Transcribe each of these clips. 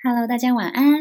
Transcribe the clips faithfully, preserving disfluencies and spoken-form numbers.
Hello，大家晚安。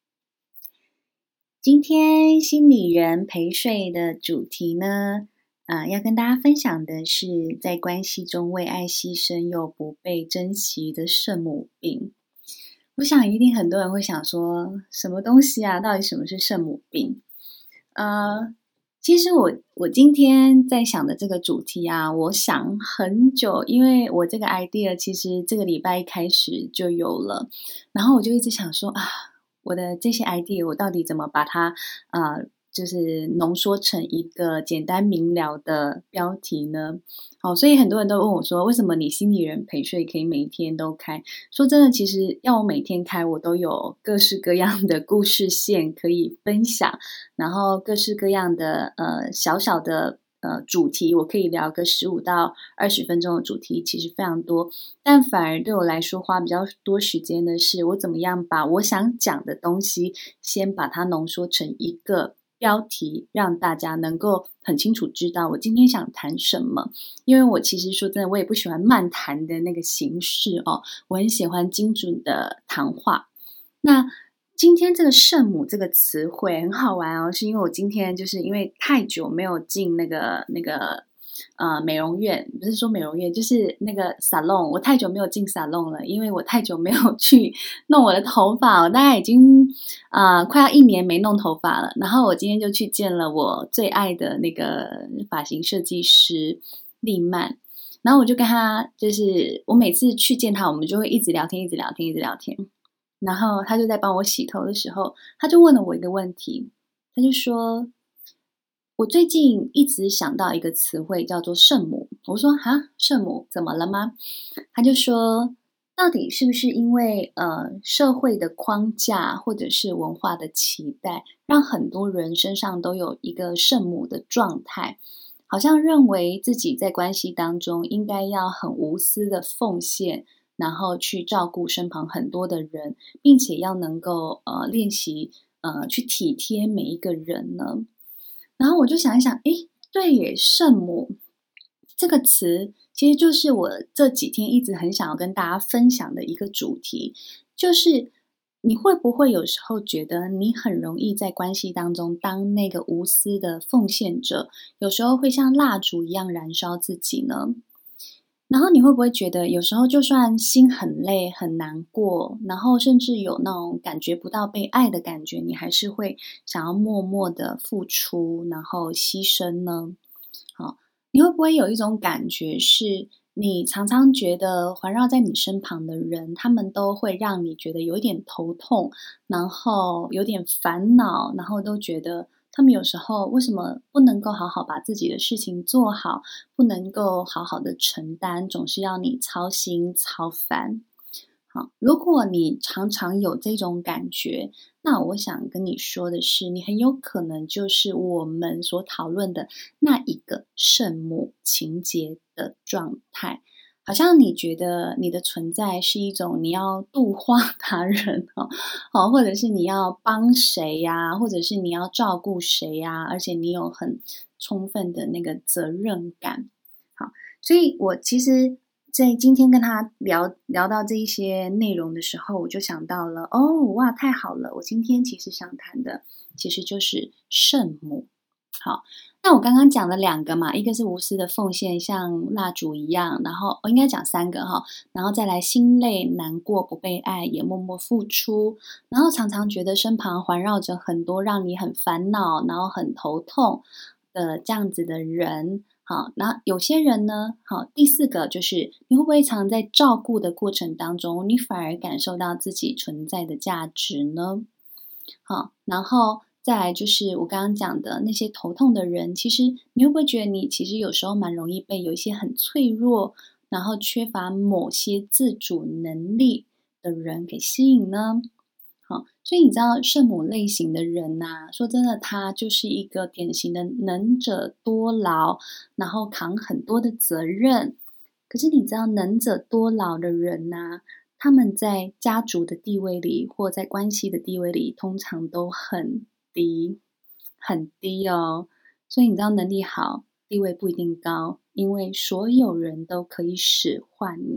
今天心理人陪睡的主题呢，呃，要跟大家分享的是在关系中为爱牺牲又不被珍惜的圣母病。我想一定很多人会想说，什么东西啊？到底什么是圣母病？呃，其实我我今天在想的这个主题啊，我想很久，因为我这个 idea 其实这个礼拜一开始就有了，然后我就一直想说啊，我的这些 idea 我到底怎么把它呃，就是浓缩成一个简单明了的标题呢？好，所以很多人都问我说，为什么你心理人陪睡可以每一天都开？说真的，其实要我每天开，我都有各式各样的故事线可以分享，然后各式各样的呃小小的呃主题，我可以聊个十五到二十分钟的主题，其实非常多。但反而对我来说，花比较多时间的是，我怎么样把我想讲的东西，先把它浓缩成一个标题，让大家能够很清楚知道我今天想谈什么。因为我其实说真的，我也不喜欢漫谈的那个形式哦，我很喜欢精准的谈话。那今天这个圣母这个词汇很好玩哦，是因为我今天就是因为太久没有进那个那个呃美容院，不是说美容院，就是那个 salon， 我太久没有进 salon 了，因为我太久没有去弄我的头发，我大概已经呃快要一年没弄头发了。然后我今天就去见了我最爱的那个发型设计师丽曼，然后我就跟他，就是我每次去见他，我们就会一直聊天，一直聊天，一直聊天。然后他就在帮我洗头的时候，他就问了我一个问题，他就说，我最近一直想到一个词汇叫做圣母。我说哈，圣母怎么了吗？他就说，到底是不是因为呃社会的框架或者是文化的期待，让很多人身上都有一个圣母的状态，好像认为自己在关系当中应该要很无私的奉献，然后去照顾身旁很多的人，并且要能够呃练习呃去体贴每一个人呢。然后我就想一想，诶，对耶，圣母这个词其实就是我这几天一直很想要跟大家分享的一个主题，就是你会不会有时候觉得你很容易在关系当中当那个无私的奉献者，有时候会像蜡烛一样燃烧自己呢？然后你会不会觉得有时候就算心很累很难过，然后甚至有那种感觉不到被爱的感觉，你还是会想要默默的付出，然后牺牲呢？好，你会不会有一种感觉是，你常常觉得环绕在你身旁的人，他们都会让你觉得有一点头痛，然后有点烦恼，然后都觉得他们有时候为什么不能够好好把自己的事情做好，不能够好好的承担，总是要你操心操烦。好，如果你常常有这种感觉，那我想跟你说的是，你很有可能就是我们所讨论的那一个圣母情节的状态。好像你觉得你的存在是一种你要度化他人哦，哦，或者是你要帮谁呀，或者是你要照顾谁呀，而且你有很充分的那个责任感。好，所以我其实在今天跟他聊聊到这一些内容的时候，我就想到了，哦，哇，太好了！我今天其实想谈的其实就是圣母。好，那我刚刚讲了两个嘛，一个是无私的奉献，像蜡烛一样，然后我应该讲三个哈，然后再来心累、难过、不被爱，也默默付出，然后常常觉得身旁环绕着很多让你很烦恼，然后很头痛的这样子的人。好，那有些人呢，好，第四个就是你会不会常在照顾的过程当中，你反而感受到自己存在的价值呢？好，然后再来就是我刚刚讲的那些头痛的人，其实你会不会觉得你其实有时候蛮容易被有一些很脆弱，然后缺乏某些自主能力的人给吸引呢？好，所以你知道圣母类型的人呐、说真的，他就是一个典型的能者多劳，然后扛很多的责任。可是你知道能者多劳的人呐、他们在家族的地位里，或在关系的地位里，通常都很低，很低哦。所以你知道能力好，地位不一定高，因为所有人都可以使唤你。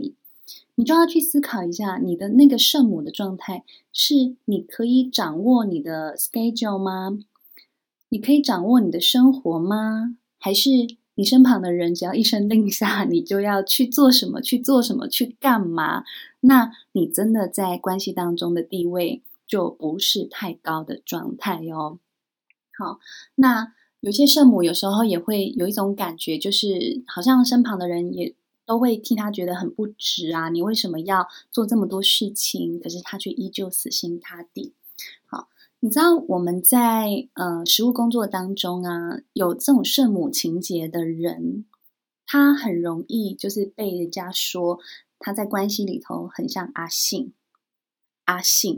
你就要去思考一下，你的那个圣母的状态，是你可以掌握你的 schedule 吗？你可以掌握你的生活吗？还是你身旁的人只要一声令下，你就要去做什么，去做什么，去干嘛？那你真的在关系当中的地位就不是太高的状态哦。好，那有些圣母有时候也会有一种感觉，就是好像身旁的人也都会替他觉得很不值啊，你为什么要做这么多事情？可是他却依旧死心塌地。好，你知道我们在呃实务工作当中啊，有这种圣母情节的人，他很容易就是被人家说他在关系里头很像阿信。阿信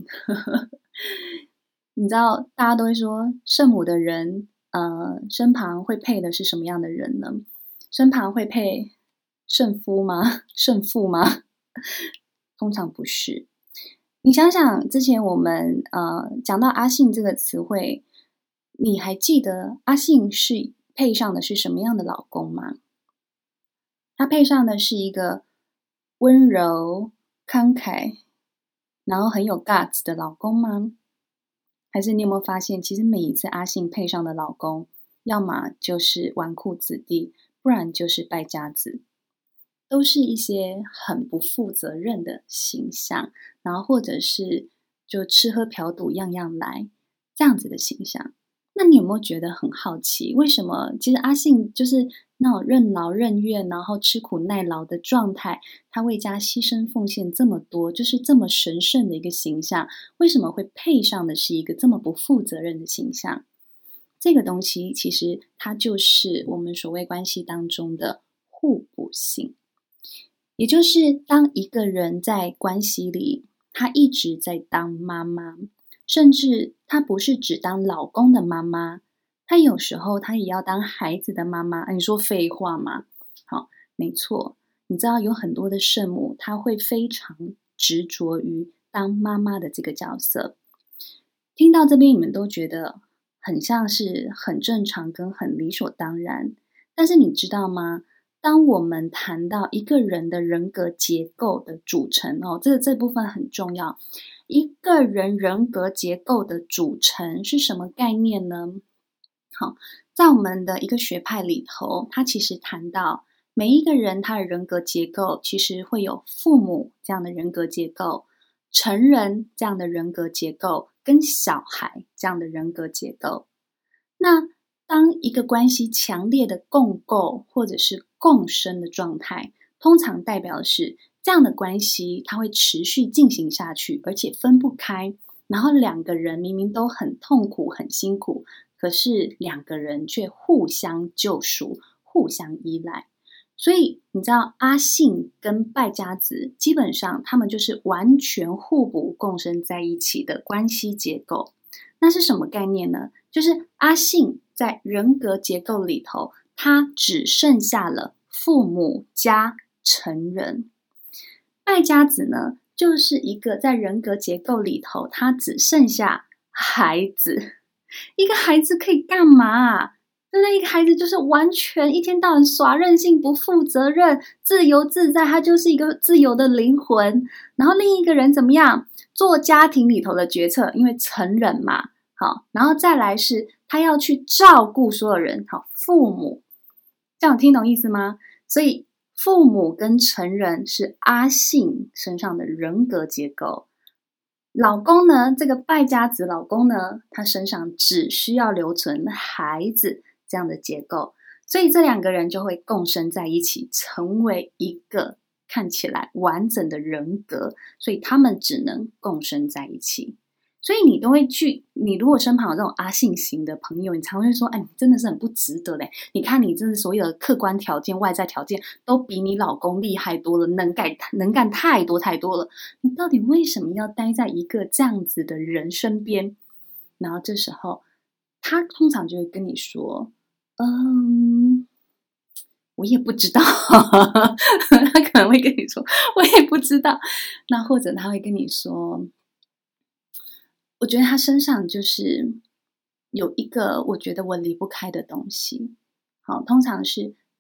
你知道大家都会说圣母的人呃，身旁会配的是什么样的人呢？身旁会配圣夫吗？圣父吗？通常不是。你想想之前我们呃讲到阿信这个词汇，你还记得阿信是配上的是什么样的老公吗？他配上的是一个温柔慷慨然后很有 guts 的老公吗？还是你有没有发现，其实每一次阿信配上的老公，要么就是纨绔子弟，不然就是败家子，都是一些很不负责任的形象，然后或者是就吃喝嫖赌样样来这样子的形象。那你有没有觉得很好奇，为什么其实阿信就是那种任劳任怨，然后吃苦耐劳的状态，他为家牺牲奉献这么多，就是这么神圣的一个形象，为什么会配上的是一个这么不负责任的形象？这个东西其实它就是我们所谓关系当中的互补性，也就是当一个人在关系里，他一直在当妈妈，甚至他不是只当老公的妈妈，他有时候他也要当孩子的妈妈。你说废话吗？好，没错。你知道有很多的圣母，她会非常执着于当妈妈的这个角色。听到这边你们都觉得很像是很正常跟很理所当然，但是你知道吗？当我们谈到一个人的人格结构的组成哦，这个这部分很重要。一个人人格结构的组成是什么概念呢？好，在我们的一个学派里头，它其实谈到每一个人他的人格结构，其实会有父母这样的人格结构，成人这样的人格结构，跟小孩这样的人格结构。那当一个关系强烈的共构或者是共生的状态，通常代表的是这样的关系它会持续进行下去，而且分不开，然后两个人明明都很痛苦很辛苦，可是两个人却互相救赎，互相依赖。所以你知道阿信跟败家子基本上他们就是完全互补共生在一起的关系结构。那是什么概念呢？就是阿信在人格结构里头，他只剩下了父母加成人。败家子呢，就是一个在人格结构里头，他只剩下孩子。一个孩子可以干嘛啊？那一个孩子就是完全一天到晚耍任性、不负责任、自由自在，他就是一个自由的灵魂。然后另一个人怎么样？做家庭里头的决策，因为成人嘛，好，然后再来是他要去照顾所有人，好，父母，这样听懂意思吗？所以父母跟成人是阿信身上的人格结构。老公呢，这个败家子老公呢，他身上只需要留存孩子这样的结构，所以这两个人就会共生在一起，成为一个看起来完整的人格，所以他们只能共生在一起。所以你都会去，你如果身旁有这种阿信型的朋友，你常会说，哎，你真的是很不值得嘞！你看你真的所有的客观条件、外在条件都比你老公厉害多了，能干能干太多太多了。你到底为什么要待在一个这样子的人身边？然后这时候，他通常就会跟你说，嗯，我也不知道。他可能会跟你说，我也不知道。那或者他会跟你说，我觉得他身上就是有一个我觉得我离不开的东西。好，通常是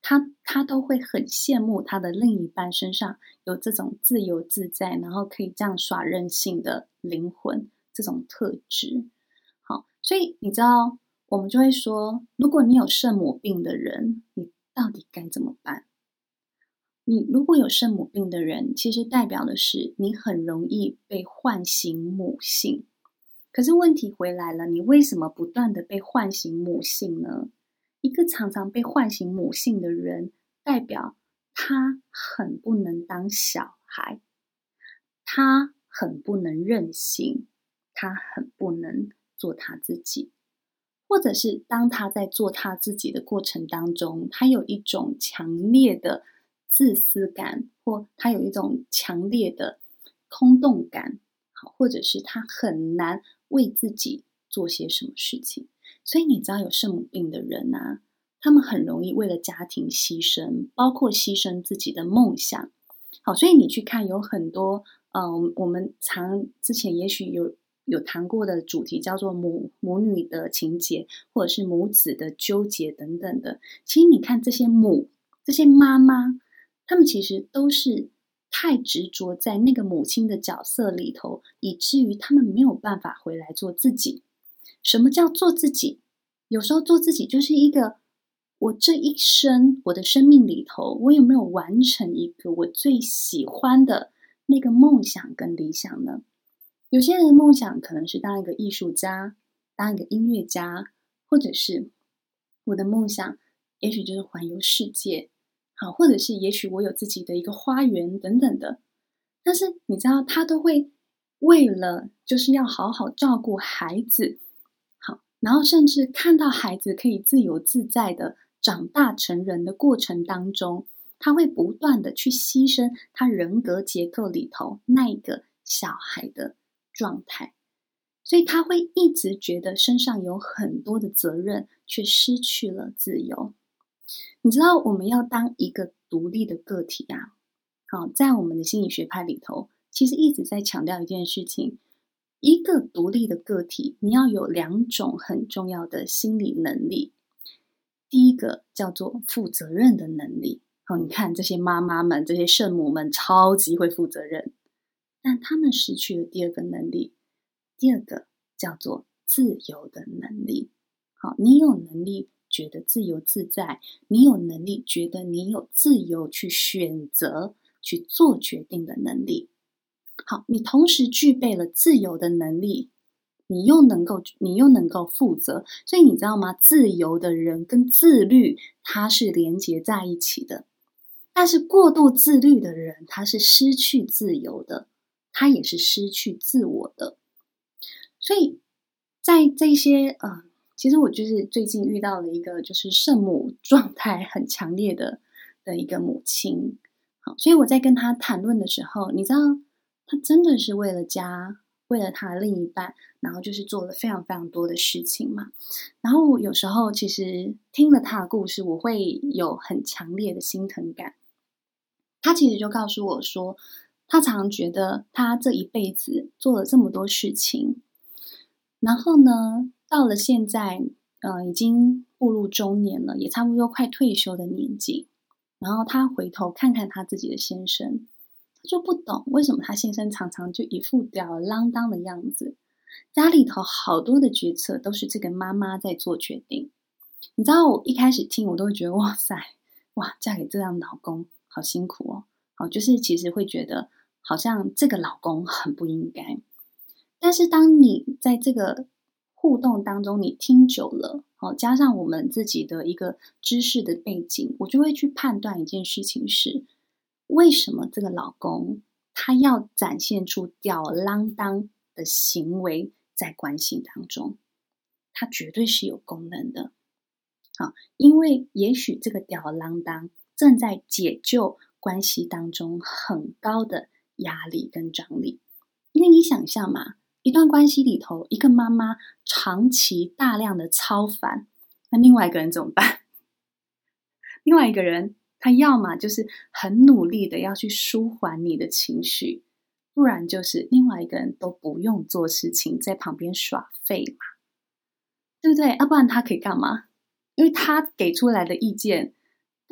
他他都会很羡慕他的另一半身上有这种自由自在，然后可以这样耍任性的灵魂，这种特质。好，所以你知道，我们就会说，如果你有圣母病的人，你到底该怎么办？你如果有圣母病的人，其实代表的是你很容易被唤醒母性。可是问题回来了，你为什么不断的被唤醒母性呢？一个常常被唤醒母性的人，代表他很不能当小孩，他很不能任性，他很不能做他自己。或者是当他在做他自己的过程当中，他有一种强烈的自私感，或他有一种强烈的空洞感，或者是他很难为自己做些什么事情。所以你知道有圣母病的人啊，他们很容易为了家庭牺牲，包括牺牲自己的梦想。好，所以你去看有很多嗯，我们常之前也许有有谈过的主题叫做母母女的情节，或者是母子的纠结等等的。其实你看这些母这些妈妈，她们其实都是太执着在那个母亲的角色里头，以至于她们没有办法回来做自己。什么叫做自己？有时候做自己就是一个，我这一生我的生命里头，我有没有完成一个我最喜欢的那个梦想跟理想呢？有些人的梦想可能是当一个艺术家，当一个音乐家，或者是我的梦想也许就是环游世界，好，或者是也许我有自己的一个花园等等的。但是你知道他都会为了就是要好好照顾孩子，好，然后甚至看到孩子可以自由自在的长大成人的过程当中，他会不断的去牺牲他人格结构里头那一个小孩的状态，所以他会一直觉得身上有很多的责任，却失去了自由。你知道我们要当一个独立的个体啊，好，在我们的心理学派里头，其实一直在强调一件事情，一个独立的个体，你要有两种很重要的心理能力。第一个叫做负责任的能力。好，你看这些妈妈们，这些圣母们超级会负责任，但他们失去了第二个能力，第二个叫做自由的能力。好，你有能力觉得自由自在，你有能力觉得你有自由去选择去做决定的能力。好，你同时具备了自由的能力，你又能够你又能够负责，所以你知道吗？自由的人跟自律它是连结在一起的。但是过度自律的人，他是失去自由的，他也是失去自我的。所以在这些呃，其实我就是最近遇到了一个就是圣母状态很强烈的的一个母亲。好，所以我在跟她谈论的时候，你知道她真的是为了家，为了她的另一半，然后就是做了非常非常多的事情嘛。然后有时候其实听了她的故事，我会有很强烈的心疼感。她其实就告诉我说，她常常觉得她这一辈子做了这么多事情，然后呢，到了现在，呃，已经步入中年了，也差不多快退休的年纪。然后她回头看看她自己的先生，她就不懂为什么她先生常常就一副吊儿郎当的样子。家里头好多的决策都是这个妈妈在做决定。你知道我一开始听我都会觉得哇塞，哇，嫁给这样老公好辛苦哦。好，就是其实会觉得好像这个老公很不应该。但是当你在这个互动当中你听久了，好，加上我们自己的一个知识的背景，我就会去判断一件事情是，为什么这个老公他要展现出吊儿郎当的行为在关系当中，他绝对是有功能的。好，因为也许这个吊儿郎当正在解救关系当中很高的压力跟张力。因为你想象嘛，一段关系里头，一个妈妈长期大量的操烦，那另外一个人怎么办？另外一个人他要么就是很努力的要去舒缓你的情绪，不然就是另外一个人都不用做事情，在旁边耍废嘛，对不对？要不然他可以干嘛？因为他给出来的意见不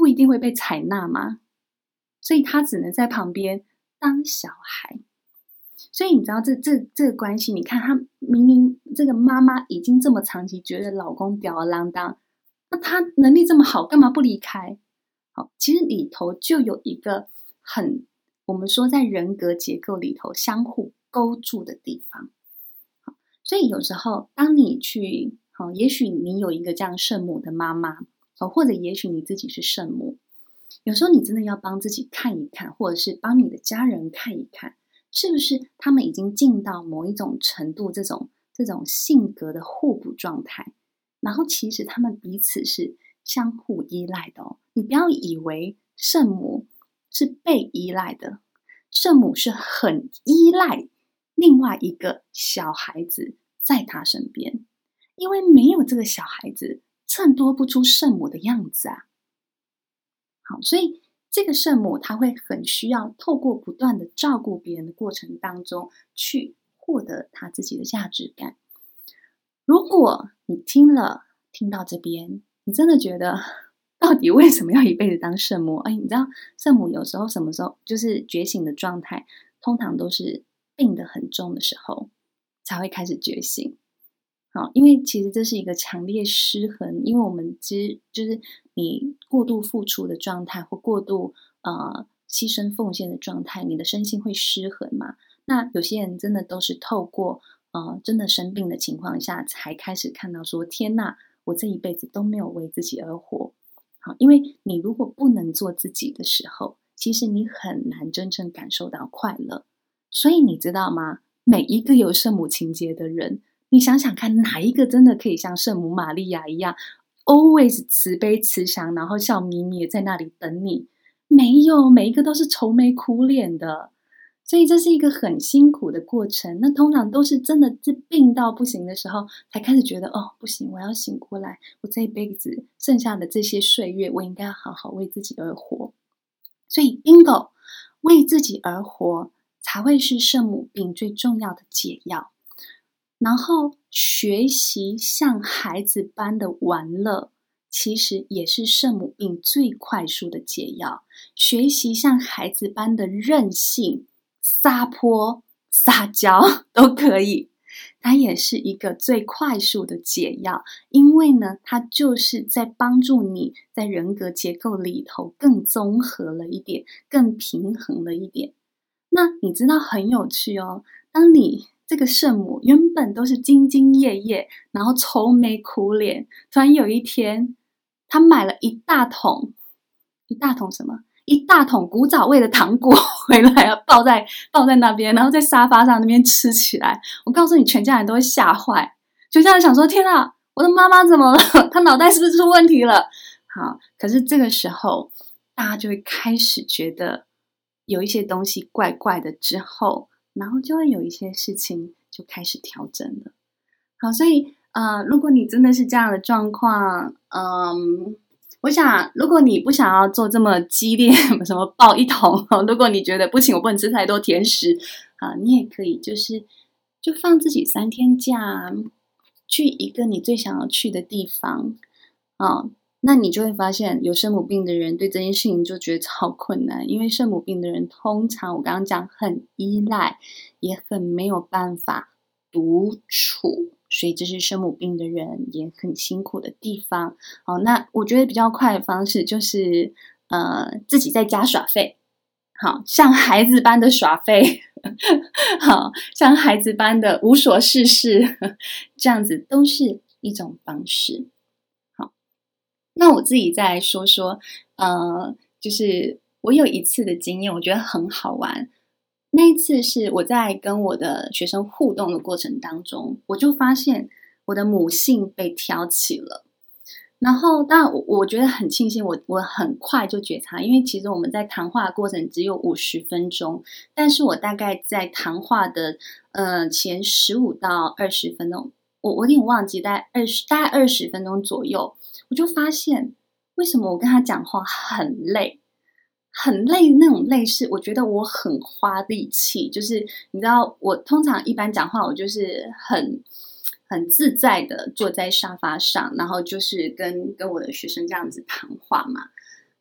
不一定会被采纳嘛，所以他只能在旁边当小孩。所以你知道这这这个关系，你看他明明这个妈妈已经这么长期觉得老公吊儿郎当，那他能力这么好，干嘛不离开？好，其实里头就有一个很，我们说在人格结构里头相互勾住的地方。好，所以有时候当你去，好，也许你有一个这样圣母的妈妈，或者也许你自己是圣母，有时候你真的要帮自己看一看，或者是帮你的家人看一看，是不是他们已经进到某一种程度，这种这种性格的互补状态，然后其实他们彼此是相互依赖的哦。你不要以为圣母是被依赖的，圣母是很依赖另外一个小孩子在他身边，因为没有这个小孩子，衬托不出圣母的样子啊。好，所以这个圣母她会很需要透过不断的照顾别人的过程当中去获得她自己的价值感。如果你听了听到这边，你真的觉得到底为什么要一辈子当圣母？哎，你知道圣母有时候什么时候就是觉醒的状态，通常都是病得很重的时候才会开始觉醒。好，因为其实这是一个强烈失衡，因为我们其实就是你过度付出的状态或过度呃牺牲奉献的状态，你的身心会失衡嘛。那有些人真的都是透过呃真的生病的情况下才开始看到说，天哪，我这一辈子都没有为自己而活。好，因为你如果不能做自己的时候，其实你很难真正感受到快乐。所以你知道吗？每一个有圣母情节的人，你想想看，哪一个真的可以像圣母玛利亚一样 always 慈悲慈祥，然后笑眯眯在那里等你？没有，每一个都是愁眉苦脸的。所以这是一个很辛苦的过程。那通常都是真的是病到不行的时候才开始觉得，哦，不行，我要醒过来，我这一辈子剩下的这些岁月，我应该好好为自己而活。所以 bingo， 为自己而活才会是圣母病最重要的解药。然后学习像孩子般的玩乐，其实也是圣母病最快速的解药。学习像孩子般的任性、撒泼、撒娇都可以，它也是一个最快速的解药。因为呢，它就是在帮助你在人格结构里头更综合了一点，更平衡了一点。那你知道很有趣哦，当你这个圣母原本都是兢兢业业，然后愁眉苦脸，突然有一天她买了一大桶一大桶什么一大桶古早味的糖果回来了，抱在抱在那边，然后在沙发上那边吃起来。我告诉你，全家人都会吓坏，全家人想说，天啊，我的妈妈怎么了？她脑袋是不是出问题了？好，可是这个时候大家就会开始觉得有一些东西怪怪的之后，然后就会有一些事情就开始调整了。好，所以呃，如果你真的是这样的状况，嗯，我想如果你不想要做这么激烈，什么爆一桶，如果你觉得不行，我不能吃太多甜食啊，你也可以就是就放自己三天假，去一个你最想要去的地方啊。那你就会发现有圣母病的人对这件事情就觉得超困难，因为圣母病的人通常我刚刚讲很依赖，也很没有办法独处，所以这是圣母病的人也很辛苦的地方。好，那我觉得比较快的方式就是呃自己在家耍废，好，像孩子般的耍废好，像孩子般的无所事事，这样子都是一种方式。那我自己再来说说，呃，就是我有一次的经验，我觉得很好玩。那一次是我在跟我的学生互动的过程当中，我就发现我的母性被挑起了。然后当然我我觉得很庆幸我我很快就觉察，因为其实我们在谈话的过程只有五十分钟，但是我大概在谈话的呃前十五到二十分钟，我我有点忘记，大概二十大概二十分钟左右，我就发现为什么我跟他讲话很累很累，那种累是我觉得我很花力气，就是你知道我通常一般讲话我就是很很自在的坐在沙发上，然后就是跟跟我的学生这样子谈话嘛。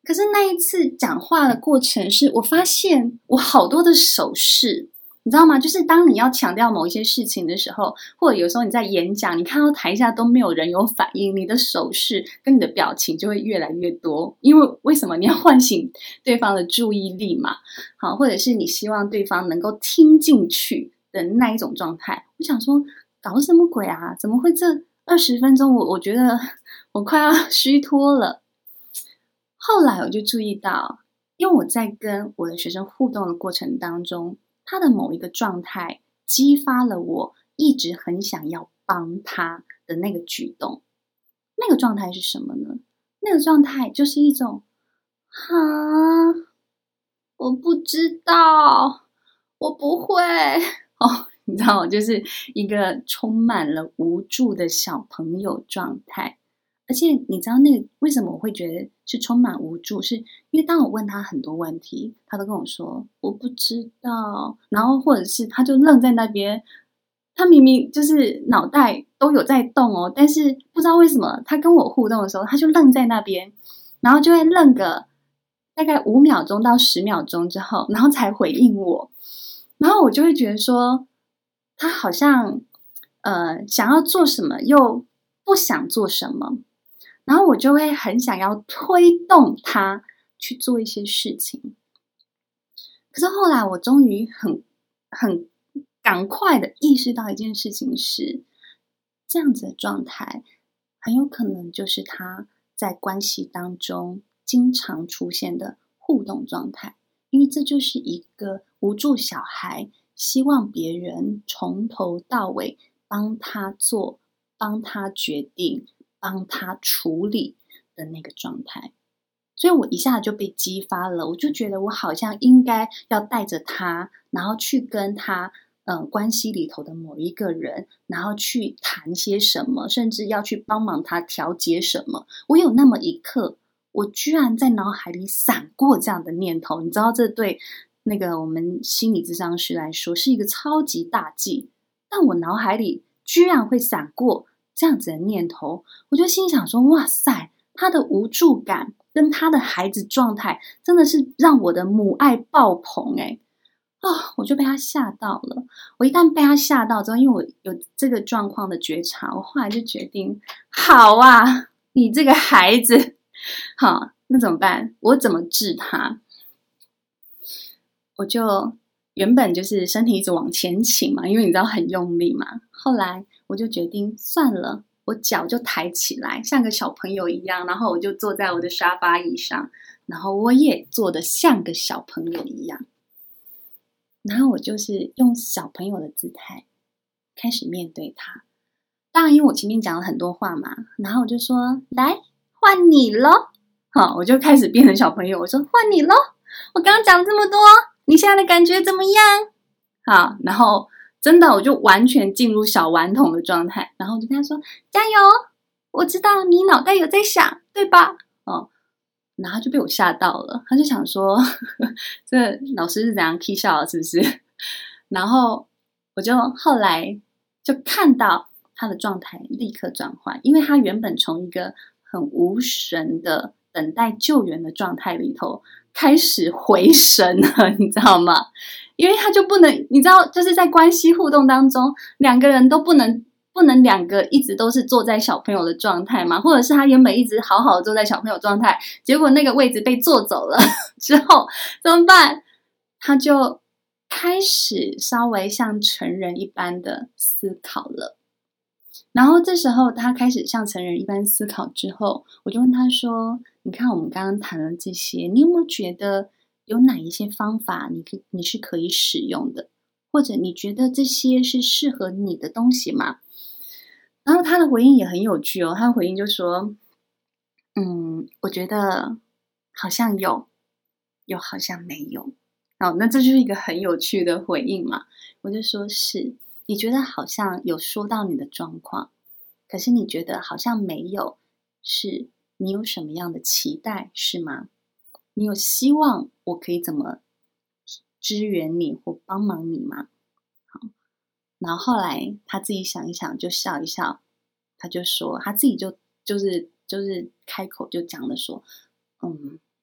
可是那一次讲话的过程是我发现我好多的手势，你知道吗？就是当你要强调某一些事情的时候，或者有时候你在演讲，你看到台下都没有人有反应，你的手势跟你的表情就会越来越多。因为为什么？你要唤醒对方的注意力嘛，好，或者是你希望对方能够听进去的那一种状态。我想说，搞什么鬼啊？怎么会这二十分钟我我觉得我快要虚脱了。后来我就注意到，因为我在跟我的学生互动的过程当中，他的某一个状态激发了我一直很想要帮他的那个举动。那个状态是什么呢？那个状态就是一种哈，我不知道，我不会哦，你知道，就是一个充满了无助的小朋友状态。而且你知道那个为什么我会觉得是充满无助，是因为当我问他很多问题，他都跟我说我不知道，然后或者是他就愣在那边，他明明就是脑袋都有在动哦，但是不知道为什么他跟我互动的时候他就愣在那边，然后就会愣个大概五秒钟到十秒钟之后，然后才回应我。然后我就会觉得说他好像呃想要做什么又不想做什么，然后我就会很想要推动他去做一些事情。可是后来我终于很很赶快的意识到一件事情是，这样子的状态很有可能就是他在关系当中经常出现的互动状态，因为这就是一个无助小孩希望别人从头到尾帮他做、帮他决定、帮他处理的那个状态。所以我一下就被激发了，我就觉得我好像应该要带着他，然后去跟他嗯、呃、关系里头的某一个人，然后去谈些什么，甚至要去帮忙他调节什么。我有那么一刻，我居然在脑海里闪过这样的念头，你知道这对那个我们心理咨商师来说是一个超级大忌，但我脑海里居然会闪过这样子的念头，我就心想说，哇塞，他的无助感跟他的孩子状态真的是让我的母爱爆棚诶、哦，我就被他吓到了。我一旦被他吓到之后，因为我有这个状况的觉察，我后来就决定，好啊，你这个孩子，好，那怎么办？我怎么治他？我就原本就是身体一直往前倾嘛，因为你知道很用力嘛。后来我就决定算了，我脚就抬起来，像个小朋友一样，然后我就坐在我的沙发椅上，然后我也坐得像个小朋友一样，然后我就是用小朋友的姿态开始面对他。当然因为我前面讲了很多话嘛，然后我就说来换你咯，好，我就开始变成小朋友，我说换你咯，我刚刚讲这么多，你现在的感觉怎么样？好，然后真的我就完全进入小顽童的状态，然后我就跟他说加油，我知道你脑袋有在想对吧？哦，然后就被我吓到了，他就想说呵呵这老师是怎样 K 笑了是不是？然后我就后来就看到他的状态立刻转换，因为他原本从一个很无神的等待救援的状态里头开始回神了，你知道吗？因为他就不能，你知道，就是在关系互动当中，两个人都不能不能两个一直都是坐在小朋友的状态嘛，或者是他原本一直好好的坐在小朋友状态，结果那个位置被坐走了之后怎么办？他就开始稍微像成人一般的思考了。然后这时候他开始像成人一般思考之后，我就问他说，你看我们刚刚谈了这些，你有没有觉得有哪一些方法你可你是可以使用的，或者你觉得这些是适合你的东西吗？然后他的回应也很有趣哦，他的回应就说嗯，我觉得好像有，又好像没有。好，那这就是一个很有趣的回应嘛。我就说是，你觉得好像有说到你的状况，可是你觉得好像没有，是你有什么样的期待是吗？你有希望我可以怎么支援你或帮忙你吗？好，然后后来他自己想一想就笑一笑，他就说他自己就就是就是开口就讲了说，嗯，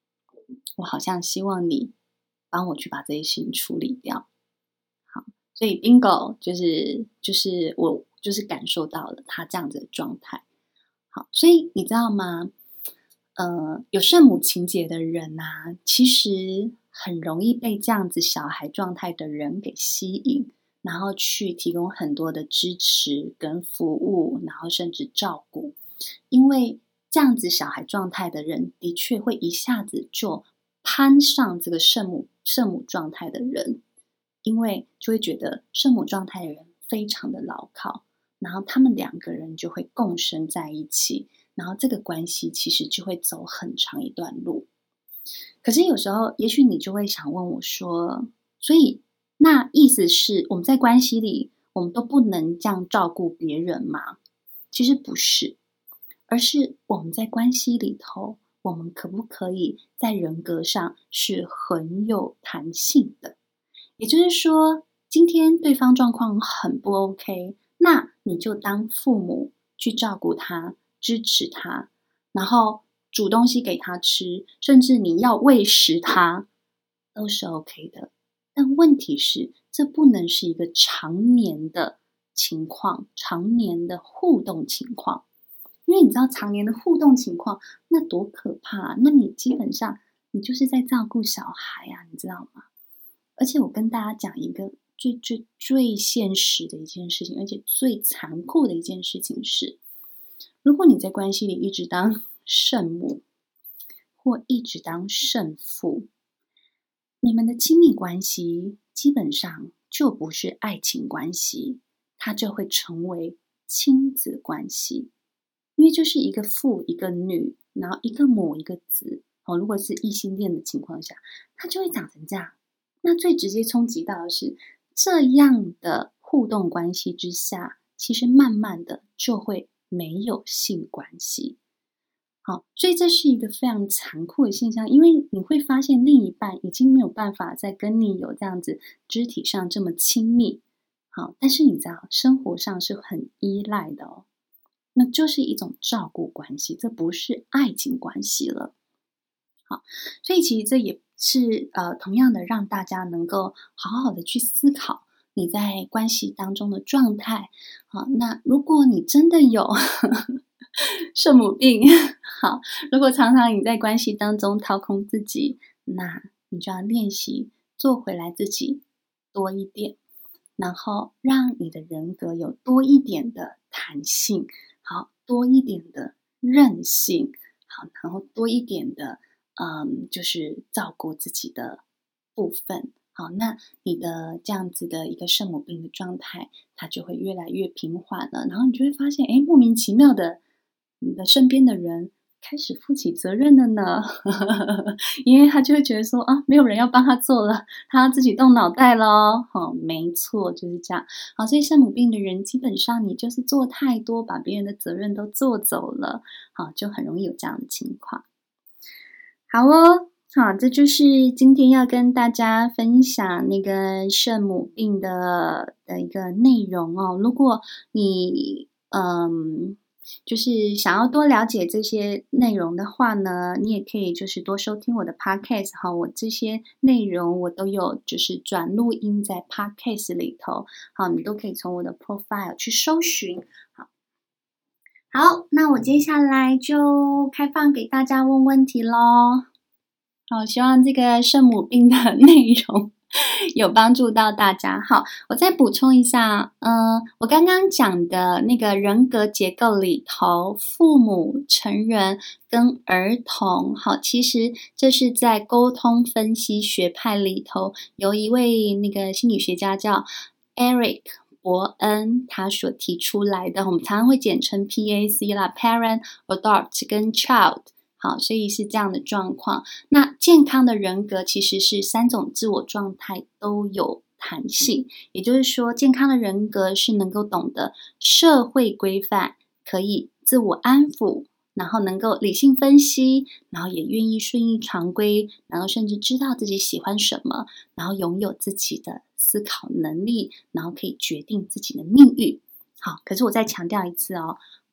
我好像希望你帮我去把这些事情处理掉。好，所以 bingo 就是就是我就是感受到了他这样子的状态。好，所以你知道吗？呃，有圣母情节的人啊，其实很容易被这样子小孩状态的人给吸引，然后去提供很多的支持跟服务，然后甚至照顾。因为这样子小孩状态的人，的确会一下子就攀上这个圣母圣母状态的人，因为就会觉得圣母状态的人非常的牢靠，然后他们两个人就会共生在一起，然后这个关系其实就会走很长一段路。可是有时候也许你就会想问我说，所以那意思是我们在关系里我们都不能这样照顾别人吗？其实不是，而是我们在关系里头，我们可不可以在人格上是很有弹性的。也就是说，今天对方状况很不 OK， 那你就当父母去照顾他，支持他，然后煮东西给他吃，甚至你要喂食他，都是 OK 的。但问题是，这不能是一个常年的情况，常年的互动情况。因为你知道常年的互动情况那多可怕，那你基本上你就是在照顾小孩啊，你知道吗？而且我跟大家讲一个最最最现实的一件事情，而且最残酷的一件事情是，如果你在关系里一直当圣母或一直当圣父，你们的亲密关系基本上就不是爱情关系，它就会成为亲子关系。因为就是一个父一个女，然后一个母一个子、哦、如果是异性恋的情况下，它就会长成这样。那最直接冲击到的是，这样的互动关系之下，其实慢慢的就会没有性关系。好，所以这是一个非常残酷的现象，因为你会发现另一半已经没有办法再跟你有这样子肢体上这么亲密。好，但是你知道生活上是很依赖的哦，那就是一种照顾关系，这不是爱情关系了。好，所以其实这也是呃，同样的让大家能够好好的去思考你在关系当中的状态。好，那如果你真的有圣母病，好，如果常常你在关系当中掏空自己，那你就要练习做回来自己多一点，然后让你的人格有多一点的弹性，好，多一点的韧性，好，然后多一点的嗯，就是照顾自己的部分。好，那你的这样子的一个圣母病的状态，它就会越来越平缓了。然后你就会发现，哎，莫名其妙的，你的身边的人开始负起责任了呢。因为他就会觉得说，啊，没有人要帮他做了，他要自己动脑袋咯。哦，没错，就是这样。好，所以圣母病的人基本上你就是做太多，把别人的责任都做走了，好，就很容易有这样的情况。好哦，好，这就是今天要跟大家分享那个圣母病的的一个内容哦。如果你嗯，就是想要多了解这些内容的话呢，你也可以就是多收听我的 podcast 哈。我这些内容我都有就是转录音在 podcast 里头，好，你都可以从我的 profile 去搜寻。好。好，那我接下来就开放给大家问问题咯。好，希望这个圣母病的内容有帮助到大家。好，我再补充一下，嗯，我刚刚讲的那个人格结构里头，父母、成人跟儿童，好，其实这是在沟通分析学派里头，有一位那个心理学家叫 Eric伯恩他所提出来的，我们常常会简称 P A C 啦 Parent, Adult 跟 Child。 好，所以是这样的状况。那健康的人格其实是三种自我状态都有弹性，也就是说健康的人格是能够懂得社会规范，可以自我安抚，然后能够理性分析，然后也愿意顺应常规，然后甚至知道自己喜欢什么，然后拥有自己的思考能力，然后可以决定自己的命运。好，可是我再强调一次哦，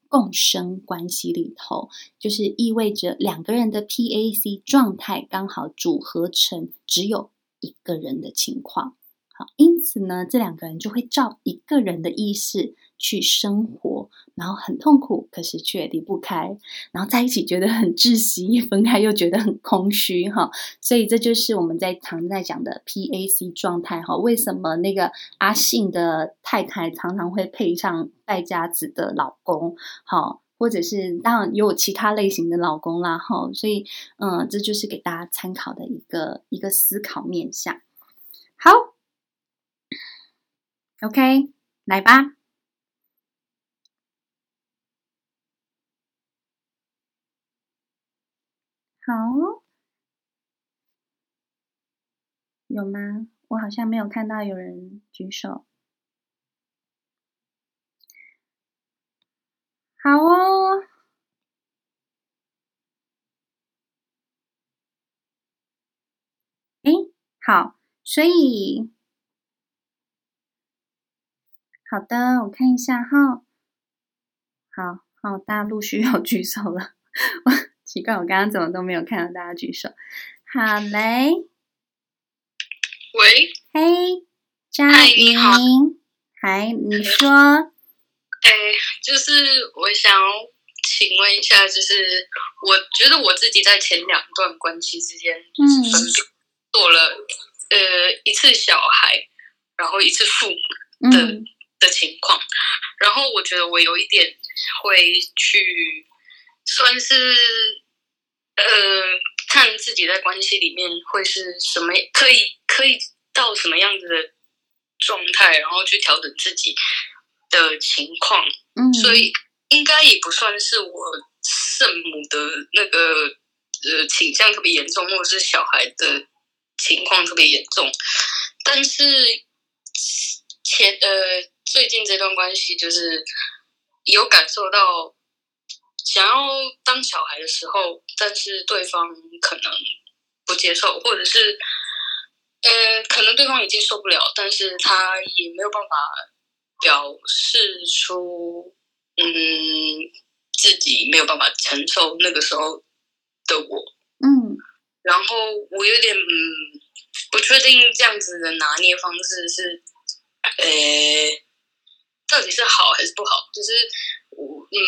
共生关系里头，就是意味着两个人的 P A C 状态刚好组合成只有一个人的情况。好，因此呢，这两个人就会照一个人的意识去生活，然后很痛苦，可是却离不开，然后在一起觉得很窒息，分开又觉得很空虚哈。所以这就是我们在常在讲的 P A C 状态哈。为什么那个阿信的太太常常会配上败家子的老公？好，或者是当然也有其他类型的老公啦哈。所以嗯，这就是给大家参考的一个一个思考面向。好。OK， 来吧。好，有吗？我好像没有看到有人举手。好哦。诶，好，所以好的，我看一下哈。好好，大家陆续有举手了。奇怪，我刚刚怎么都没有看到大家举手。好嘞。 喂， 嘿，佳莹，嗨，你说。 哎，就是我想请问一下，就是我觉得我自己在前两段关系之间，就是分别做了、嗯、呃一次小孩，然后一次父母的、嗯、的情况，然后我觉得我有一点会去算是呃看自己在关系里面会是什么，可以可以到什么样子的状态，然后去调整自己的情况，嗯，所以应该也不算是我圣母的那个呃倾向特别严重，或者是小孩的情况特别严重。但是前呃最近这段关系就是有感受到想要当小孩的时候，但是对方可能不接受，或者是呃可能对方已经受不了，但是他也没有办法表示出，嗯，自己没有办法承受那个时候的我，嗯，然后我有点嗯不确定这样子的拿捏方式是，呃，到底是好还是不好，就是我嗯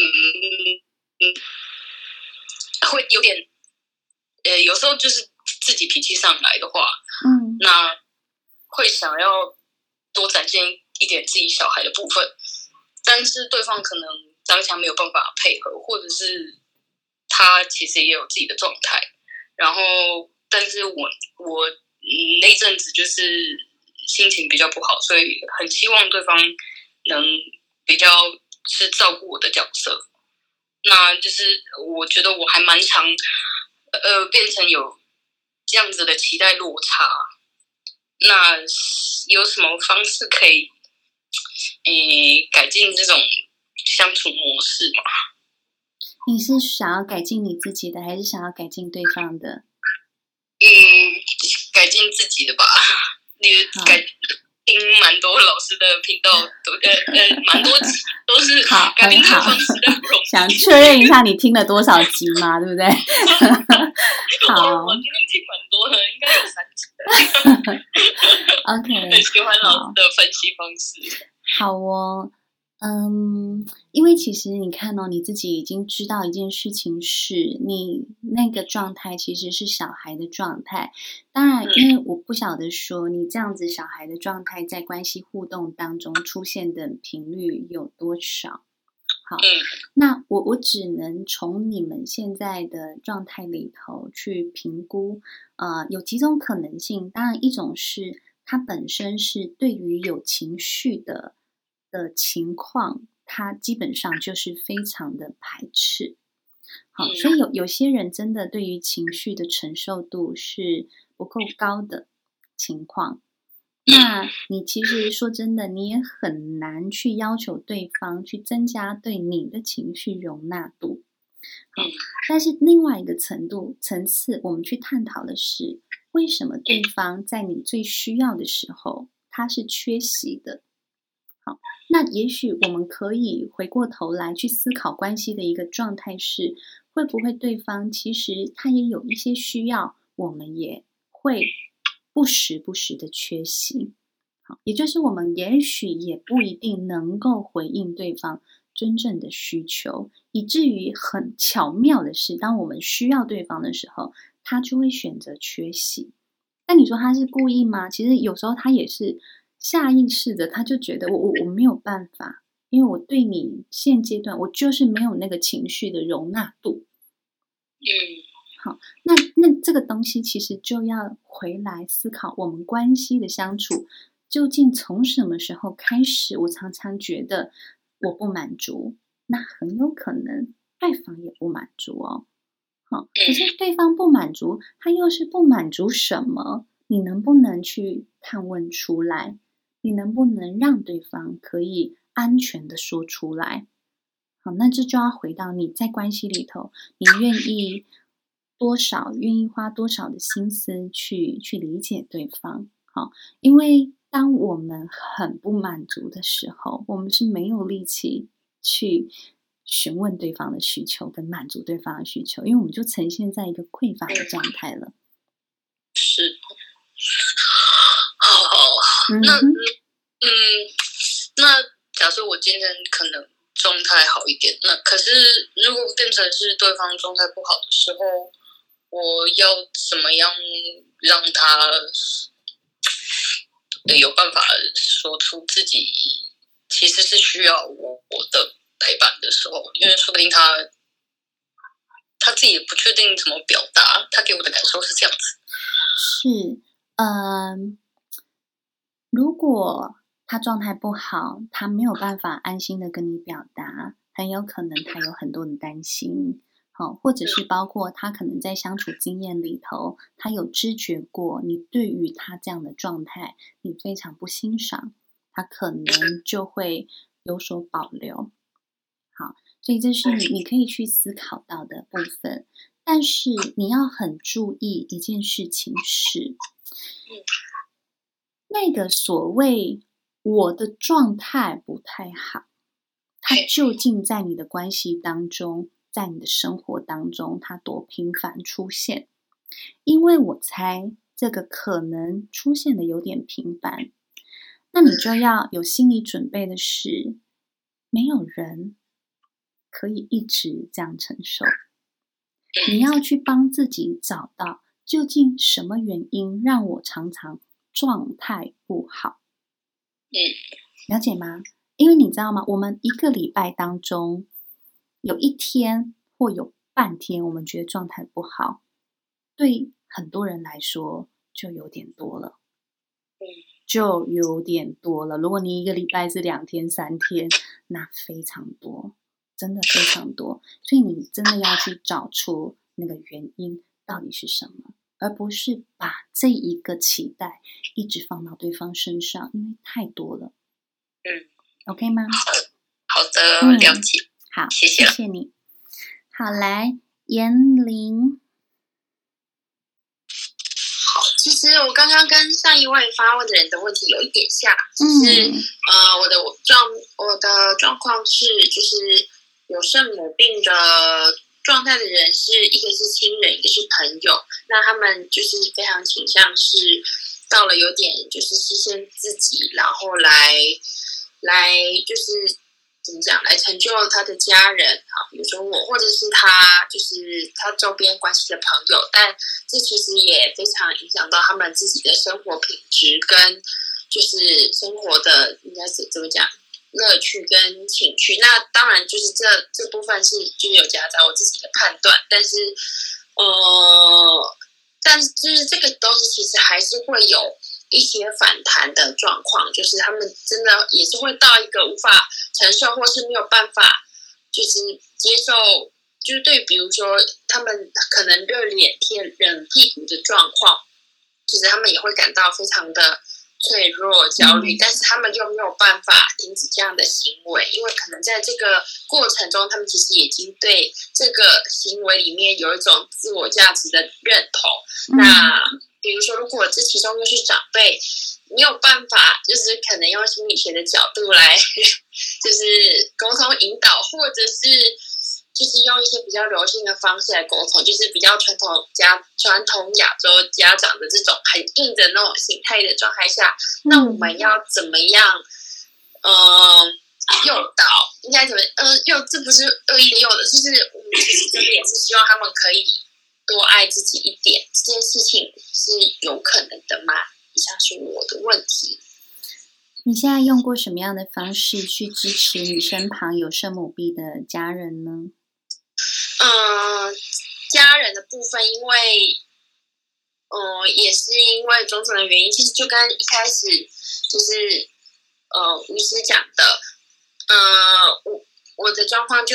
嗯会有点，呃，有时候就是自己脾气上来的话，嗯，那会想要多展现一点自己小孩的部分，但是对方可能当下没有办法配合，或者是他其实也有自己的状态，然后但是我我、嗯、那阵子就是心情比较不好，所以很希望对方能比较是照顾我的角色，那就是我觉得我还蛮常呃变成有这样子的期待落差，那有什么方式可以诶改进这种相处模式吗？ 你是想要改进你自己的，还是想要改进对方的？ 嗯，改进自己的吧。你改听蛮多老师的频道，都呃呃蛮多集都是改变这个方式的不容易。 想确认一下你听了多少集嘛，对不对？好， 我今天听蛮多的，应该有三集的。 OK， 很喜欢老师的分析方式。 好哦。嗯，因为其实你看哦，你自己已经知道一件事情是，你那个状态其实是小孩的状态。当然，因为我不晓得说你这样子小孩的状态在关系互动当中出现的频率有多少。好，那我我只能从你们现在的状态里头去评估，呃，有几种可能性。当然，一种是它本身是对于有情绪的。的情况，他基本上就是非常的排斥。好，所以有有些人真的对于情绪的承受度是不够高的情况，那你其实说真的，你也很难去要求对方去增加对你的情绪容纳度。好，但是另外一个程度层次，我们去探讨的是，为什么对方在你最需要的时候，他是缺席的。 好，那也许我们可以回过头来去思考关系的一个状态是，会不会对方其实他也有一些需要，我们也会不时不时的缺席。好，也就是我们也许也不一定能够回应对方真正的需求，以至于很巧妙的是，当我们需要对方的时候，他就会选择缺席。那你说他是故意吗？其实有时候他也是下意识的，他就觉得我我我没有办法，因为我对你现阶段我就是没有那个情绪的容纳度。 嗯， 好，那那这个东西其实就要回来思考我们关系的相处，究竟从什么时候开始，我常常觉得我不满足，那很有可能对方也不满足哦。好，可是对方不满足，他又是不满足什么？你能不能去探问出来？你能不能让对方可以安全的说出来？好，那这就要回到你在关系里头，你愿意多少，愿意花多少的心思去去理解对方。好，因为当我们很不满足的时候，我们是没有力气去询问对方的需求跟满足对方的需求，因为我们就呈现在一个匮乏的状态了。 是，好好，那嗯嗯，那假设我今天可能状态好一点，那可是如果变成是对方状态不好的时候，我要怎么样让他有办法说出自己其实是需要我我的陪伴的时候，因为说不定他他自己也不确定怎么表达，他给我的感受是这样子。 是，嗯，如果他状态不好，他没有办法安心的跟你表达，很有可能他有很多的担心。好，或者是包括他可能在相处经验里头，他有知觉过你对于他这样的状态，你非常不欣赏，他可能就会有所保留。好，所以这是你你可以去思考到的部分。但是你要很注意一件事情是，那个所谓我的状态不太好，它究竟在你的关系当中，在你的生活当中，它多频繁出现？因为我猜这个可能出现的有点频繁，那你就要有心理准备的是，没有人可以一直这样承受。你要去帮自己找到究竟什么原因让我常常状态不好。 嗯， 了解吗？因为你知道吗？我们一个礼拜当中有一天或有半天，我们觉得状态不好，对很多人来说就有点多了。 嗯， 就有点多了。如果你一个礼拜是两天、三天，那非常多。真的非常多，所以你真的要去找出那个原因到底是什么，而不是把这一个期待一直放到对方身上，因为太多了。 嗯 ，OK 吗？ 好的，了解。 嗯、好， 谢谢， 谢谢你。好，来，严玲。 好，其实我刚刚跟上一位发问的人的问题有一点像，就是、嗯、呃，我的状我的状况是就是有圣母病的状态的人是一个是亲人，一个是朋友，那他们就是非常倾向是到了有点就是牺牲自己，然后来来就是怎么讲来成就他的家人啊，比如说我或者是他就是他周边关系的朋友，但这其实也非常影响到他们自己的生活品质跟就是生活的应该是怎么讲乐趣跟情趣。那当然就是这这部分是就是有夹杂我自己的判断，但是呃，但是就是这个东西其实还是会有一些反弹的状况，就是他们真的也是会到一个无法承受或是没有办法就是接受，就是对比如说他们可能热脸贴冷屁股的状况，其实他们也会感到非常的脆弱焦虑、嗯、但是他们就没有办法停止这样的行为，因为可能在这个过程中他们其实已经对这个行为里面有一种自我价值的认同、嗯、那比如说如果这其中又是长辈， 没有办法，就是可能用心理学的角度来，就是沟通引导，或者是就是用一些比较柔性的方式来沟通，就是比较传统家传统亚洲家长的这种很硬的那种形态的状态下，那我们要怎么样？嗯、呃，诱导应该怎么？呃，诱这不是恶意的诱导，就是我们其实真的也是希望他们可以多爱自己一点。这件事情是有可能的吗？以上是我的问题。 你现在用过什么样的方式去支持你身旁有圣母病的家人呢？ 嗯，家人的部分，因为，嗯，也是因为种种的原因，其实就跟一开始就是，呃，吴医师讲的，嗯，我我的状况就是，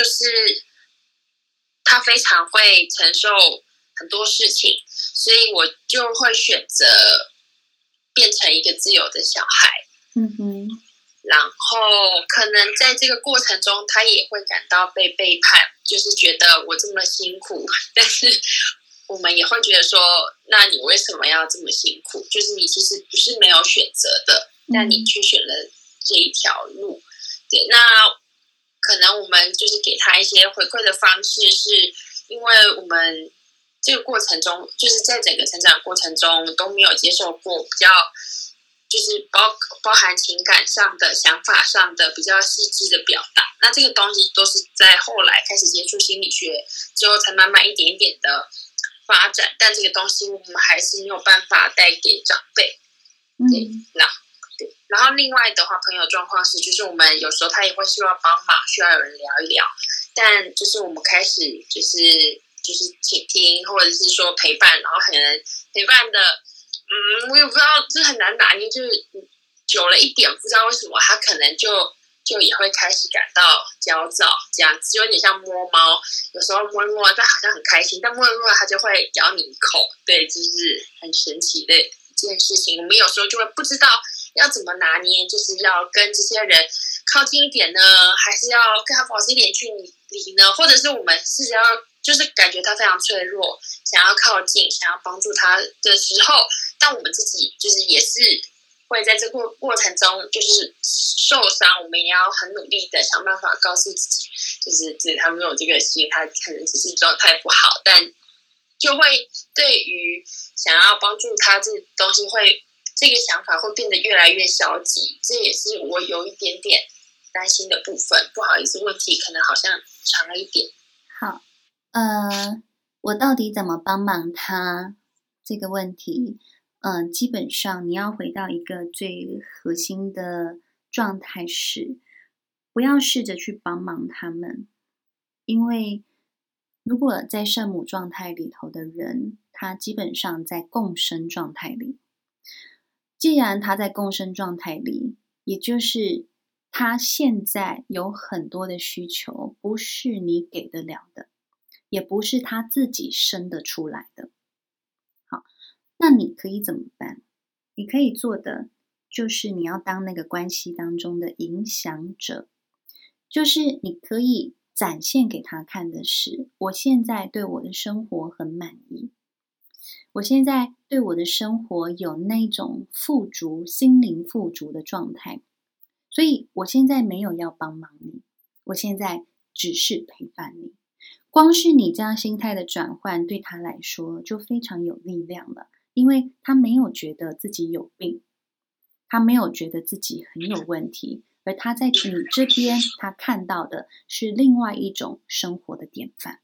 他非常会承受很多事情，所以我就会选择变成一个自由的小孩。 嗯哼。 然后可能在这个过程中，他也会感到被背叛，就是觉得我这么辛苦，但是我们也会觉得说，那你为什么要这么辛苦？就是你其实不是没有选择的，但你却选了这一条路。对，那可能我们就是给他一些回馈的方式，是因为我们这个过程中，就是在整个成长过程中都没有接受过比较。就是包包含情感上的、想法上的比较细致的表达，那这个东西都是在后来开始接触心理学之后，才慢慢一点一点的发展。但这个东西我们还是没有办法带给长辈。对，那对。然后另外的话，朋友状况是，就是我们有时候他也会需要帮忙，需要有人聊一聊。但就是我们开始就是就是倾听，或者是说陪伴，然后可能陪伴的。嗯，我也不知道，这很难拿捏，就是久了一点，不知道为什么他可能就就也会开始感到焦躁，这样子有点像摸猫，有时候摸一摸，它好像很开心，但摸一摸它就会咬你一口，对，就是很神奇的一件事情。我们有时候就会不知道要怎么拿捏，就是要跟这些人靠近一点呢，还是要跟他保持一点距离呢？或者是我们是要就是感觉他非常脆弱，想要靠近，想要帮助他的时候。但我们自己就是也是会在这个过程中就是受伤，我们也要很努力的想办法告诉自己，就是自己他没有这个心，他可能只是状态不好，但就会对于想要帮助他这东西会这个想法会变得越来越消极，这也是我有一点点担心的部分。不好意思，问题可能好像长了一点。 好，呃，我到底怎么帮忙他这个问题？嗯、呃，基本上你要回到一个最核心的状态是，不要试着去帮忙他们，因为如果在圣母状态里头的人，他基本上在共生状态里。既然他在共生状态里，也就是他现在有很多的需求，不是你给得了的，也不是他自己生得出来的。那你可以怎么办？你可以做的就是你要当那个关系当中的影响者，就是你可以展现给他看的是，我现在对我的生活很满意，我现在对我的生活有那种富足、心灵富足的状态，所以我现在没有要帮忙你，我现在只是陪伴你。光是你这样心态的转换，对他来说就非常有力量了。因为他没有觉得自己有病，他没有觉得自己很有问题，而他在你这边，他看到的是另外一种生活的典范。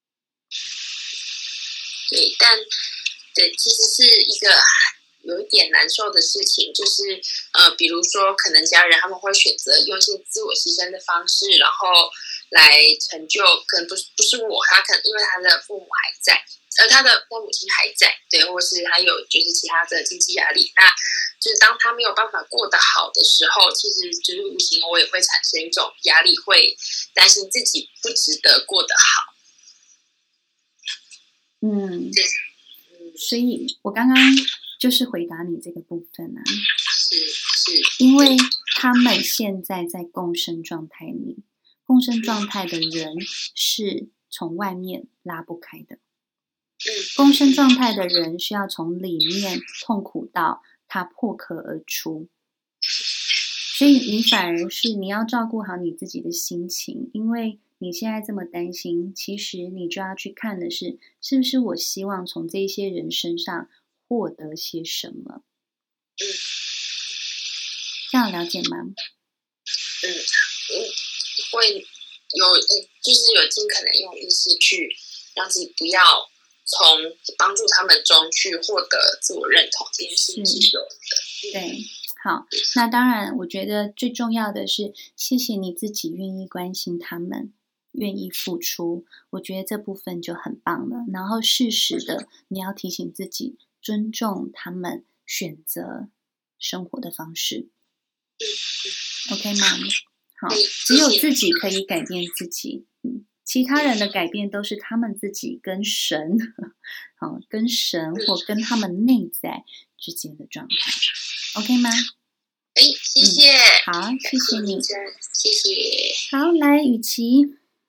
对，但对，其实是一个有一点难受的事情，就是呃，比如说可能家人他们会选择用一些自我牺牲的方式，然后来成就，可能不是不是我，他可能因为他的父母还在。而他的父母亲还在，对，或是还有就是其他的经济压力，那就是当他没有办法过得好的时候，其实就是无形我也会产生一种压力，会担心自己不值得过得好。 嗯，所以我刚刚就是回答你这个部分啊， 是是， 因为他们现在在共生状态里，共生状态的人是从外面拉不开的。共生状态的人需要从里面痛苦到它破壳而出。所以你反而是你要照顾好你自己的心情，因为你现在这么担心，其实你就要去看的是，是不是我希望从这些人身上获得些什么。 嗯， 这样了解吗？ 嗯，会有就是有尽可能用意识去让自己不要从帮助他们中去获得自我认同，这件事情是有的。 对，好，那当然我觉得最重要的是谢谢你自己愿意关心他们，愿意付出，我觉得这部分就很棒了。然后适时的你要提醒自己尊重他们选择生活的方式。OK 吗？好，只有自己可以改变自己，嗯，其他人的改变都是他们自己跟神，好，跟神或跟他们内在之间的状态。OK 吗？ 哎，谢谢、 嗯。好，谢谢你， 谢谢。 好，来雨琦。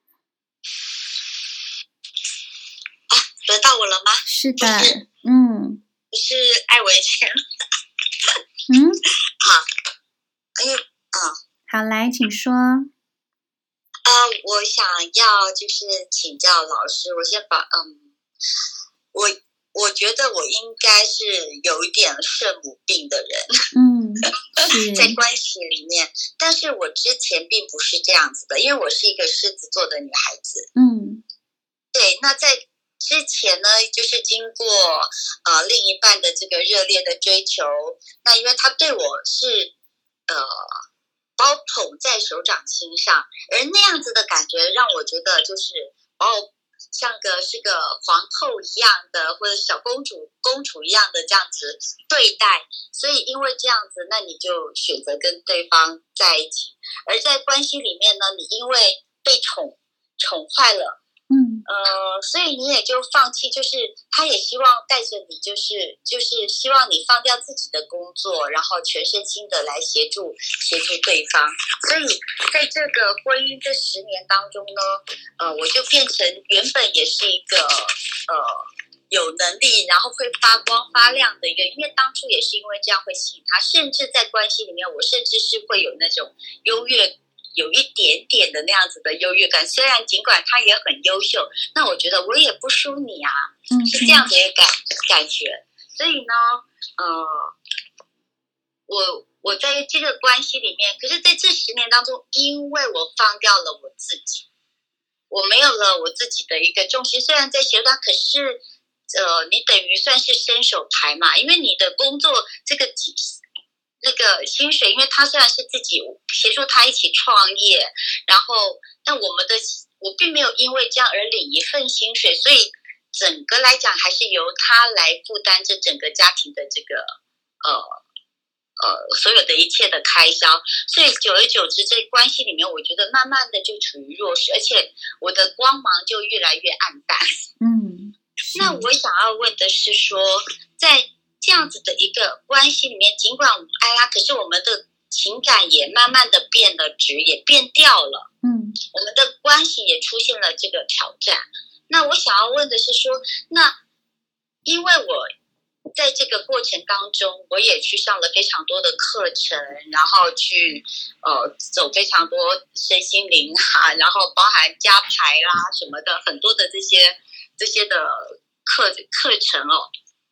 啊，轮到我了吗？ 是的，嗯。 不是艾维谦。 嗯。 好，哎呦，啊。 好，来，请说。 呃，我想要就是请教老师，我先把嗯，我我觉得我应该是有一点圣母病的人， 嗯， 在关系里面，但是我之前并不是这样子的，因为我是一个狮子座的女孩子， 嗯， 对，那在之前呢，就是经过呃另一半的这个热烈的追求，那因为他对我是呃。把我捧在手掌心上，而那样子的感觉让我觉得就是把我像个是个皇后一样的，或者小公主公主一样的这样子对待，所以因为这样子，那你就选择跟对方在一起。而在关系里面呢，你因为被宠宠坏了， 嗯， 呃，所以你也就放弃，就是他也希望带着你，就是就是希望你放掉自己的工作，然后全身心的来协助协助对方。所以在这个婚姻这十年当中呢，呃，我就变成原本也是一个呃有能力，然后会发光发亮的一个，因为当初也是因为这样会吸引他，甚至在关系里面，我甚至是会有那种优越。有一点点的那样子的优越感，虽然尽管他也很优秀，那我觉得我也不输你啊，是这样的一个感感觉。所以呢，呃，我我在这个关系里面，可是在这十年当中，因为我放掉了我自己，我没有了我自己的一个重心。虽然在协助他，可是呃，你等于算是伸手牌嘛，因为你的工作这个几。那个薪水，因为他虽然是自己协助他一起创业，然后但我们的我并没有因为这样而领一份薪水，所以整个来讲还是由他来负担这整个家庭的这个呃呃所有的一切的开销，所以久而久之，这关系里面，我觉得慢慢的就处于弱势，而且我的光芒就越来越暗淡。 嗯， 那我想要问的是说，在这样子的一个关系里面，尽管我们爱他，可是我们的情感也慢慢的变了质，也变掉了。 嗯， 我们的关系也出现了这个挑战。那我想要问的是说，那因为我在这个过程当中，我也去上了非常多的课程，然后去呃走非常多身心灵啊，然后包含加牌啦什么的，很多的这些这些的课课程哦。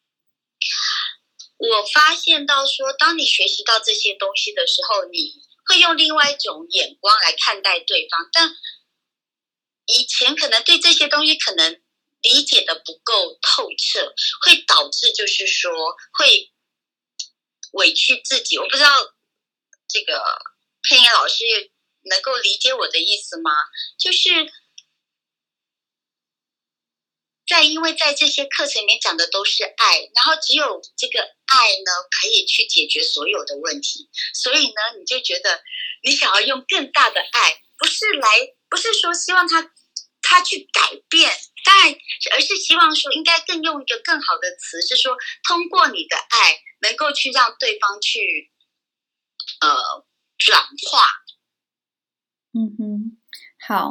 我发现到说，当你学习到这些东西的时候，你会用另外一种眼光来看待对方，但以前可能对这些东西可能理解的不够透彻，会导致就是说会委屈自己。我不知道这个佩妍老师能够理解我的意思吗？就是在因为在这些课程里面讲的都是爱，然后只有这个爱呢可以去解决所有的问题，所以呢你就觉得你想要用更大的爱，不是来不是说希望他他去改变，当然而是希望说应该更用一个更好的词，是说通过你的爱能够去让对方去呃转化。 嗯哼，好，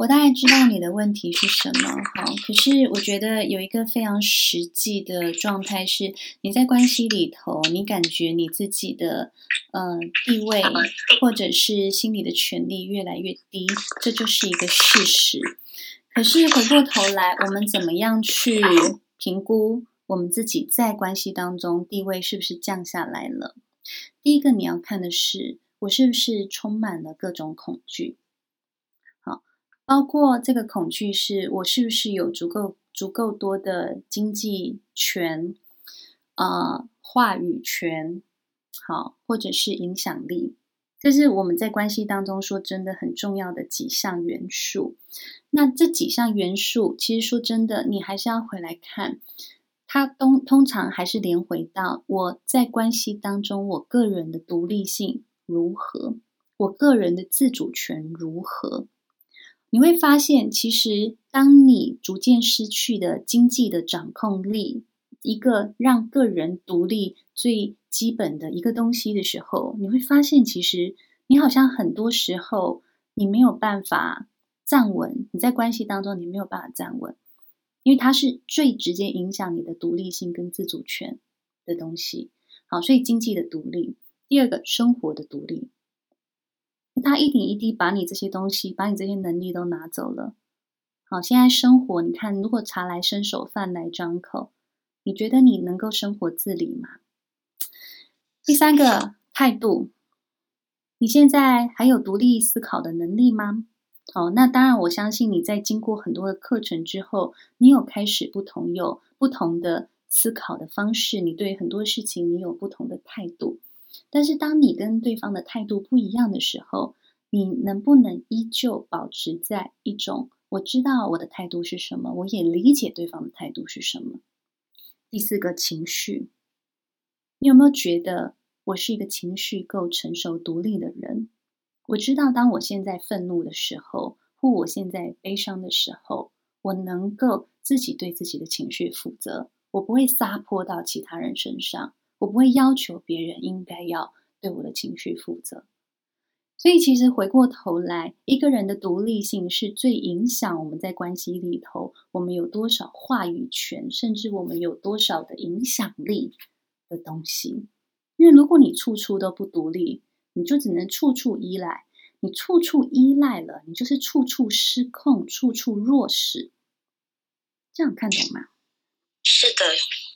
我大概知道你的问题是什么，好，可是我觉得有一个非常实际的状态是，你在关系里头，你感觉你自己的呃地位或者是心理的权利越来越低，这就是一个事实。可是回过头来，我们怎么样去评估我们自己在关系当中地位是不是降下来了？第一个你要看的是，我是不是充满了各种恐惧。包括这个恐惧是我是不是有足够足够多的经济权、呃话语权，好，或者是影响力，这是我们在关系当中说真的很重要的几项元素。那这几项元素，其实说真的，你还是要回来看，它通通常还是连回到我在关系当中，我个人的独立性如何，我个人的自主权如何。你会发现，其实当你逐渐失去的经济的掌控力，一个让个人独立最基本的一个东西的时候，你会发现其实你好像很多时候你没有办法站稳，你在关系当中你没有办法站稳，因为它是最直接影响你的独立性跟自主权的东西。好，所以经济的独立，第二个生活的独立，他一点一滴把你这些东西，把你这些能力都拿走了。好，现在生活，你看，如果茶来伸手，饭来张口，你觉得你能够生活自理吗？第三个态度，你现在还有独立思考的能力吗？好，那当然，我相信你在经过很多的课程之后，你有开始不同有不同的思考的方式，你对很多事情你有不同的态度。但是当你跟对方的态度不一样的时候，你能不能依旧保持在一种我知道我的态度是什么，我也理解对方的态度是什么。第四个，情绪，你有没有觉得我是一个情绪够成熟独立的人？我知道当我现在愤怒的时候，或我现在悲伤的时候，我能够自己对自己的情绪负责，我不会撒泼到其他人身上，我不会要求别人应该要对我的情绪负责。所以其实回过头来，一个人的独立性是最影响我们在关系里头，我们有多少话语权，甚至我们有多少的影响力的东西。因为如果你处处都不独立，你就只能处处依赖，你处处依赖了，你就是处处失控，处处弱势。这样看懂吗？ 是的。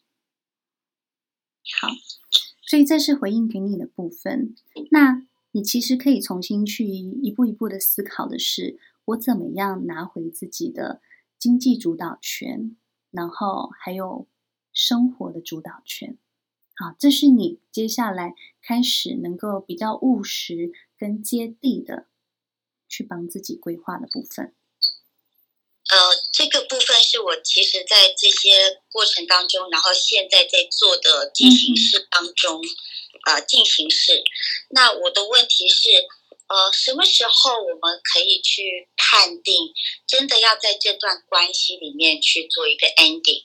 好，所以这是回应给你的部分。那你其实可以重新去一步一步的思考的是，我怎么样拿回自己的经济主导权，然后还有生活的主导权。好，这是你接下来开始能够比较务实跟接地的去帮自己规划的部分。 呃，这个部分是我其实在这些过程当中，然后现在在做的进行式当中，嗯、呃，进行式。那我的问题是，呃，什么时候我们可以去判定，真的要在这段关系里面去做一个 ending？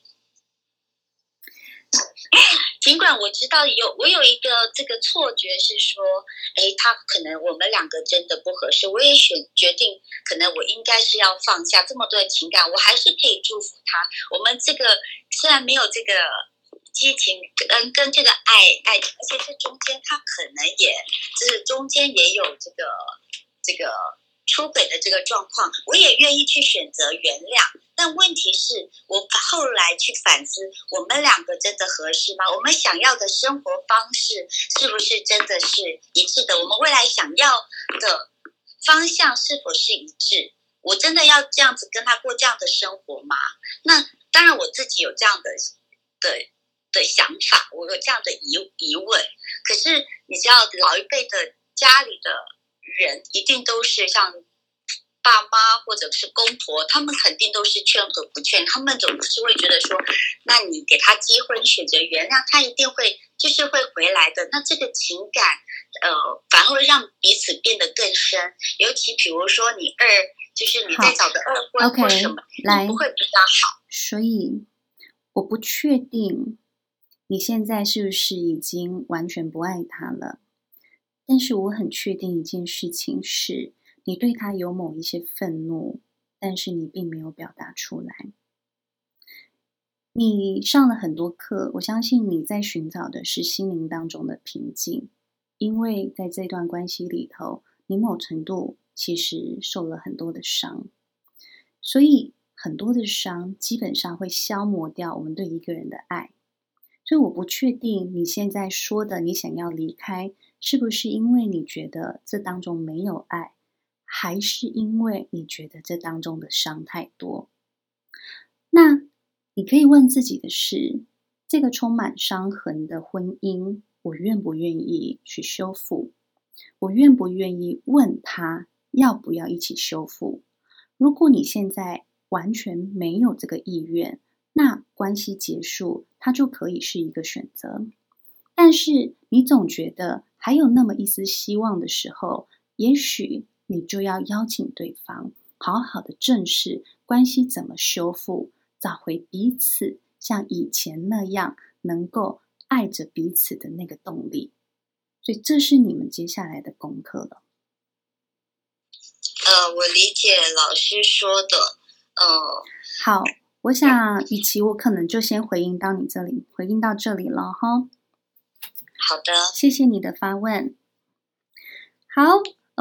尽管我知道有我有一个这个错觉是说，哎，他可能我们两个真的不合适，我也选决定，可能我应该是要放下这么多的情感，我还是可以祝福他。我们这个虽然没有这个激情跟跟这个爱爱，而且这中间他可能也就是中间也有这个这个出轨的这个状况，我也愿意去选择原谅。但问题是我后来去反思，我们两个真的合适吗？我们想要的生活方式是不是真的是一致的？我们未来想要的方向是否是一致？我真的要这样子跟他过这样的生活吗？那当然我自己有这样的的的想法，我有这样的疑疑问。可是你知道老一辈的家里的人一定都是像爸妈或者是公婆，他们肯定都是劝和不劝，他们总是会觉得说，那你给他机会，你选择原谅他，一定会就是会回来的。那这个情感呃，反而会让彼此变得更深。尤其比如说你二就是你在找的二婚或什么， 来不会比较好。 所以我不确定你现在是不是已经完全不爱他了，但是我很确定一件事情是，你对他有某一些愤怒， 但是你并没有表达出来。你上了很多课，我相信你在寻找的是心灵当中的平静，因为在这段关系里头，你某程度其实受了很多的伤，所以很多的伤基本上会消磨掉我们对一个人的爱。所以我不确定你现在说的你想要离开，是不是因为你觉得这当中没有爱，还是因为你觉得这当中的伤太多。那你可以问自己的是，这个充满伤痕的婚姻，我愿不愿意去修复？我愿不愿意问他要不要一起修复？如果你现在完全没有这个意愿，那关系结束它就可以是一个选择。但是你总觉得还有那么一丝希望的时候，也许你就要邀请对方好好的正视关系怎么修复，找回彼此像以前那样能够爱着彼此的那个动力。所以这是你们接下来的功课了。 呃，我理解老师说的。呃， 好，我想与其我可能就先回应到你这里，回应到这里了哈。 好的， 谢谢你的发问。好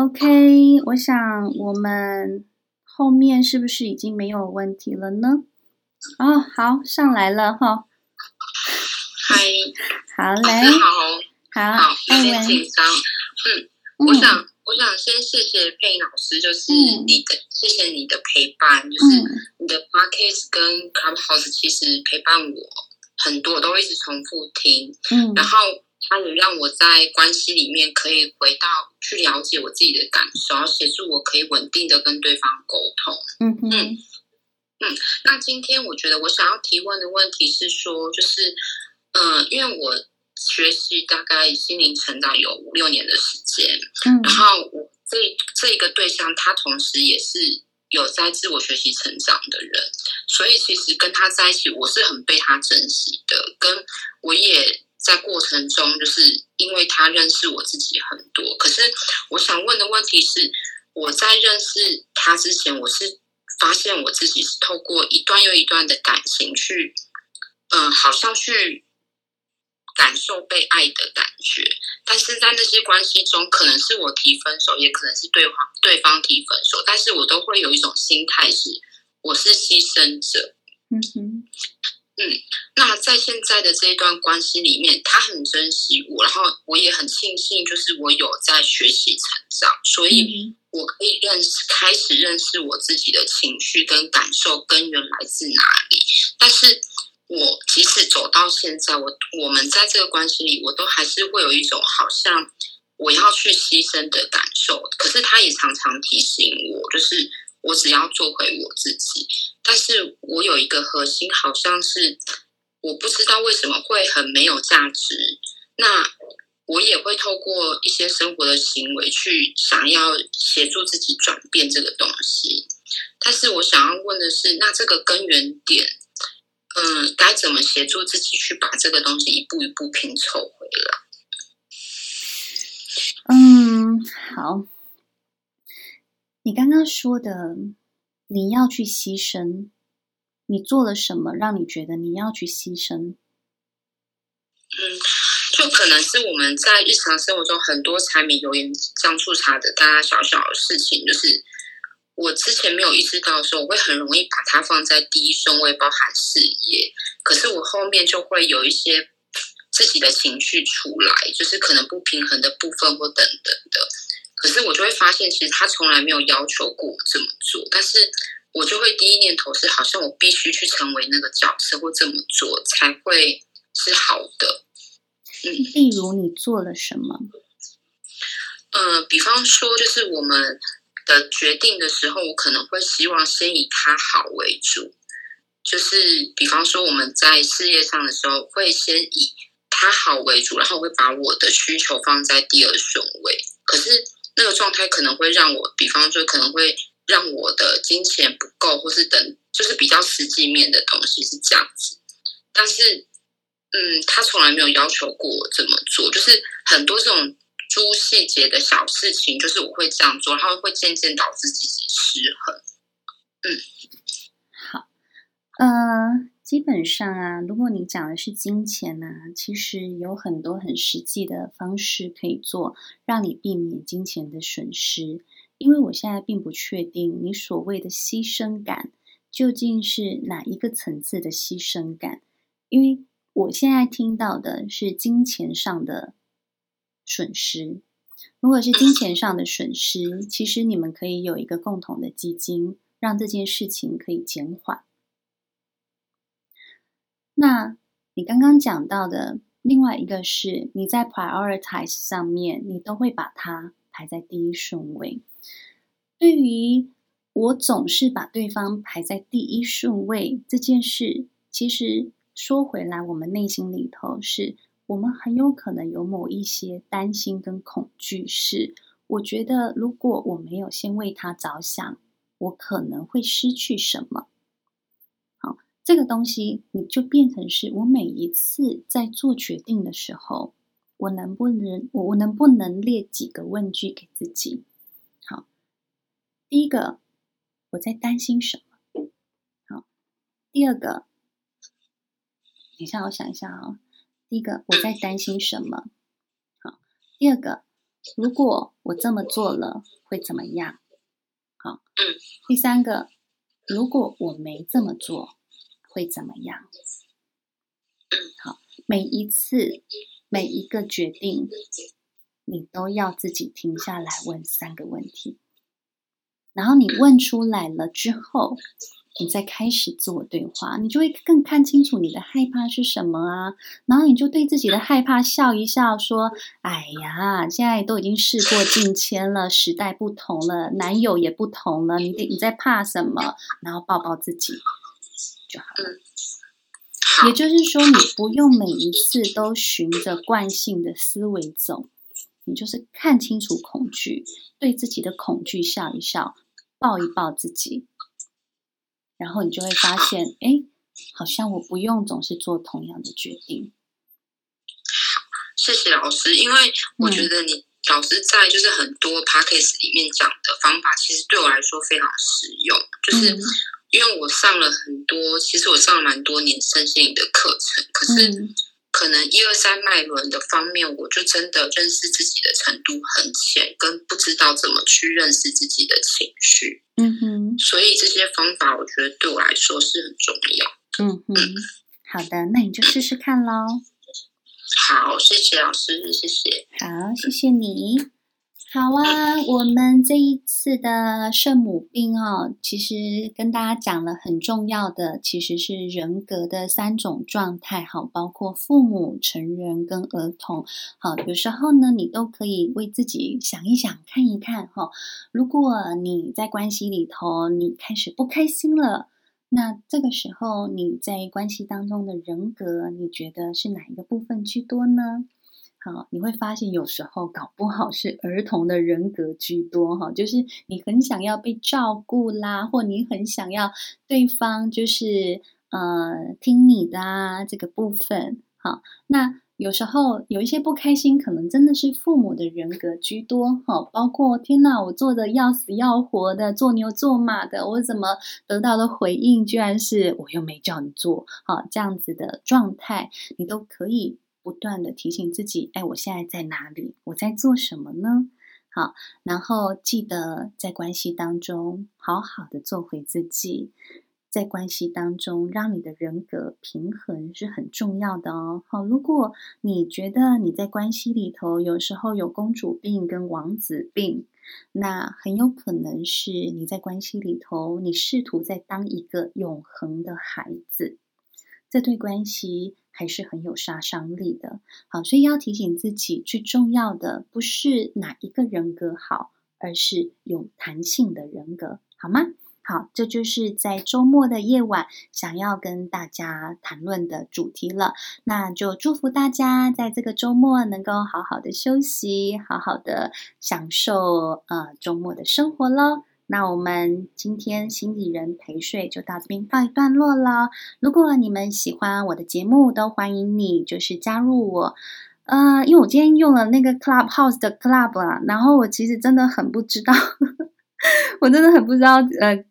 ，OK， 我想我们后面是不是已经没有问题了呢？哦，好，上来了哈。 嗨， 好嘞， 好， 好， 有点紧张。嗯，嗯我想，我想先谢谢佩老师，就是你的，嗯、谢谢你的陪伴，就是你的 podcast 跟 Clubhouse 其实陪伴我很多，都一直重复听，嗯，然后它也让我在关系里面可以回到去了解我自己的感受，然后协助我可以稳定的跟对方沟通。嗯嗯嗯。那今天我觉得我想要提问的问题是说，就是嗯、呃，因为我学习大概心灵成长有五六年的时间，嗯，然后我这这一个对象他同时也是有在自我学习成长的人，所以其实跟他在一起我是很被他珍惜的，跟我也在过程中就是因为他认识我自己很多。可是我想问的问题是，我在认识他之前，我是发现我自己是透过一段又一段的感情去嗯、呃，好像去感受被爱的感觉，但是在那些关系中，可能是我提分手，也可能是对方对方提分手，但是我都会有一种心态是，我是牺牲者。嗯哼，嗯，那在现在的这一段关系里面，他很珍惜我，然后我也很庆幸，就是我有在学习成长，所以我可以认识，开始认识我自己的情绪跟感受根源来自哪里，但是。我即使走到现在，我我们在这个关系里，我都还是会有一种好像我要去牺牲的感受。可是他也常常提醒我，就是我只要做回我自己。但是我有一个核心，好像是我不知道为什么会很没有价值。那我也会透过一些生活的行为去想要协助自己转变这个东西。但是我想要问的是，那这个根源点。嗯，该怎么协助自己去把这个东西一步一步拼凑回来？ 嗯，好。你刚刚说的，你要去牺牲，你做了什么让你觉得你要去牺牲？ 嗯，就可能是我们在日常生活中很多柴米油盐酱醋茶的大大小小的事情，就是。我之前没有意识到的时候，我会很容易把它放在第一顺位，包含事业。可是我后面就会有一些自己的情绪出来，就是可能不平衡的部分或等等的。可是我就会发现，其实他从来没有要求过我这么做，但是我就会第一念头是，好像我必须去成为那个角色或这么做才会是好的。 嗯，例如你做了什么？ 嗯、呃，比方说，就是我们。的决定的时候，我可能会希望先以他好为主，就是比方说我们在事业上的时候，会先以他好为主，然后我会把我的需求放在第二顺位。可是那个状态可能会让我，比方说可能会让我的金钱不够，或是等，就是比较实际面的东西是这样子。但是，嗯，他从来没有要求过我这么做，就是很多这种。诸细节的小事情，就是我会这样做，然后会渐渐导致自己失衡。 嗯， 好，呃，基本上啊，如果你讲的是金钱啊，其实有很多很实际的方式可以做，让你避免金钱的损失。因为我现在并不确定你所谓的牺牲感究竟是哪一个层次的牺牲感，因为我现在听到的是金钱上的损失。如果是金钱上的损失，其实你们可以有一个共同的基金，让这件事情可以减缓。那你刚刚讲到的另外一个是，你在 prioritize 上面，你都会把它排在第一顺位。对于我总是把对方排在第一顺位这件事，其实说回来，我们内心里头是我们很有可能有某一些担心跟恐惧，是我觉得如果我没有先为他着想，我可能会失去什么。好，这个东西你就变成是我每一次在做决定的时候，我能不能我能不能列几个问句给自己。好，第一个，我在担心什么？好，第二个，等一下我想一下啊、哦。第一个，我在担心什么？好，第二个，如果我这么做了会怎么样？好，第三个，如果我没这么做会怎么样？好，每一次每一个决定，你都要自己停下来问三个问题，然后你问出来了之后，你再开始自我对话，你就会更看清楚你的害怕是什么啊，然后你就对自己的害怕笑一笑，说哎呀，现在都已经事过境迁了，时代不同了，男友也不同了，你你在怕什么？然后抱抱自己就好了。也就是说，你不用每一次都循着惯性的思维走，你就是看清楚恐惧，对自己的恐惧笑一笑，抱一抱自己，然后你就会发现，哎，好像我不用总是做同样的决定。 谢谢老师，因为我觉得你、嗯、老师在就是很多 podcast 里面讲的方法，其实对我来说非常实用。就是因为我上了很多，其实我上了蛮多年身心灵的课程，可是、嗯、可能一二三脉轮的方面，我就真的认识自己的程度很浅，跟不知道怎么去认识自己的情绪。 嗯哼， 所以这些方法我觉得对我来说是很重要。 嗯哼，嗯，好的，那你就试试看咯。 好，谢谢老师，谢谢。 好，谢谢你。好啊，我们这一次的圣母病哦，其实跟大家讲了很重要的，其实是人格的三种状态，好，包括父母、成人跟儿童。好，有时候呢，你都可以为自己想一想，看一看哈、哦。如果你在关系里头，你开始不开心了，那这个时候你在关系当中的人格，你觉得是哪一个部分居多呢？好，你会发现有时候搞不好是儿童的人格居多哈，就是你很想要被照顾啦，或你很想要对方就是呃听你的啊这个部分。好，那有时候有一些不开心，可能真的是父母的人格居多哈，包括天哪，我做的要死要活的，做牛做马的，我怎么得到的回应居然是我又没叫你做，好，这样子的状态，你都可以不断的提醒自己，哎，我现在在哪里？我在做什么呢？好，然后记得在关系当中好好的做回自己，在关系当中让你的人格平衡是很重要的哦。好，如果你觉得你在关系里头有时候有公主病跟王子病，那很有可能是你在关系里头你试图在当一个永恒的孩子，这对关系还是很有杀伤力的。好，所以要提醒自己，最重要的不是哪一个人格好，而是有弹性的人格，好吗？好，这就是在周末的夜晚想要跟大家谈论的主题了。那就祝福大家在这个周末能够好好的休息，好好的享受呃周末的生活咯。那我们今天心理人陪睡就到这边告一段落了。如果你们喜欢我的节目，都欢迎你就是加入我。呃，因为我今天用了那个 Clubhouse 的 Club 啊，然后我其实真的很不知道，我真的很不知道呃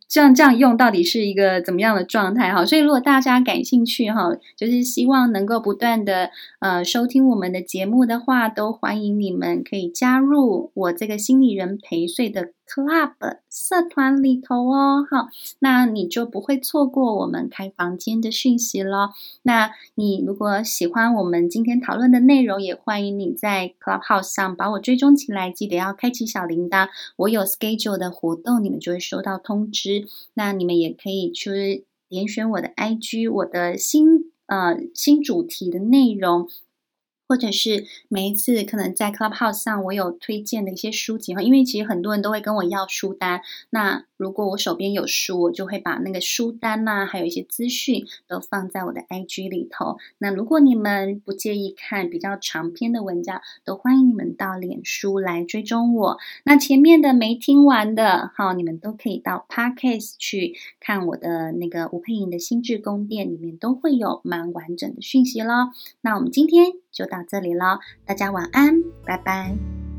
这样这样用到底是一个怎么样的状态哈？所以如果大家感兴趣哈，就是希望能够不断的呃收听我们的节目的话，都欢迎你们可以加入我这个心理人陪睡的 Club 社团里头哦，好，那你就不会错过我们开房间的讯息咯。那你如果喜欢我们今天讨论的内容，也欢迎你在 Clubhouse 上把我追踪起来，记得要开启小铃铛，我有 schedule 的活动，你们就会收到通知。那你们也可以去点选我的 I G， 我的新呃新主题的内容，或者是每一次可能在 Clubhouse 上我有推荐的一些书籍，因为其实很多人都会跟我要书单，那如果我手边有书，我就会把那个书单啊，还有一些资讯都放在我的 I G 里头。那如果你们不介意看比较长篇的文章，都欢迎你们到脸书来追踪我。那前面的没听完的，好，你们都可以到 Podcast 去看我的那个吴佩莹的心智宫殿，里面都会有蛮完整的讯息咯。那我们今天就到这里咯，大家晚安，拜拜。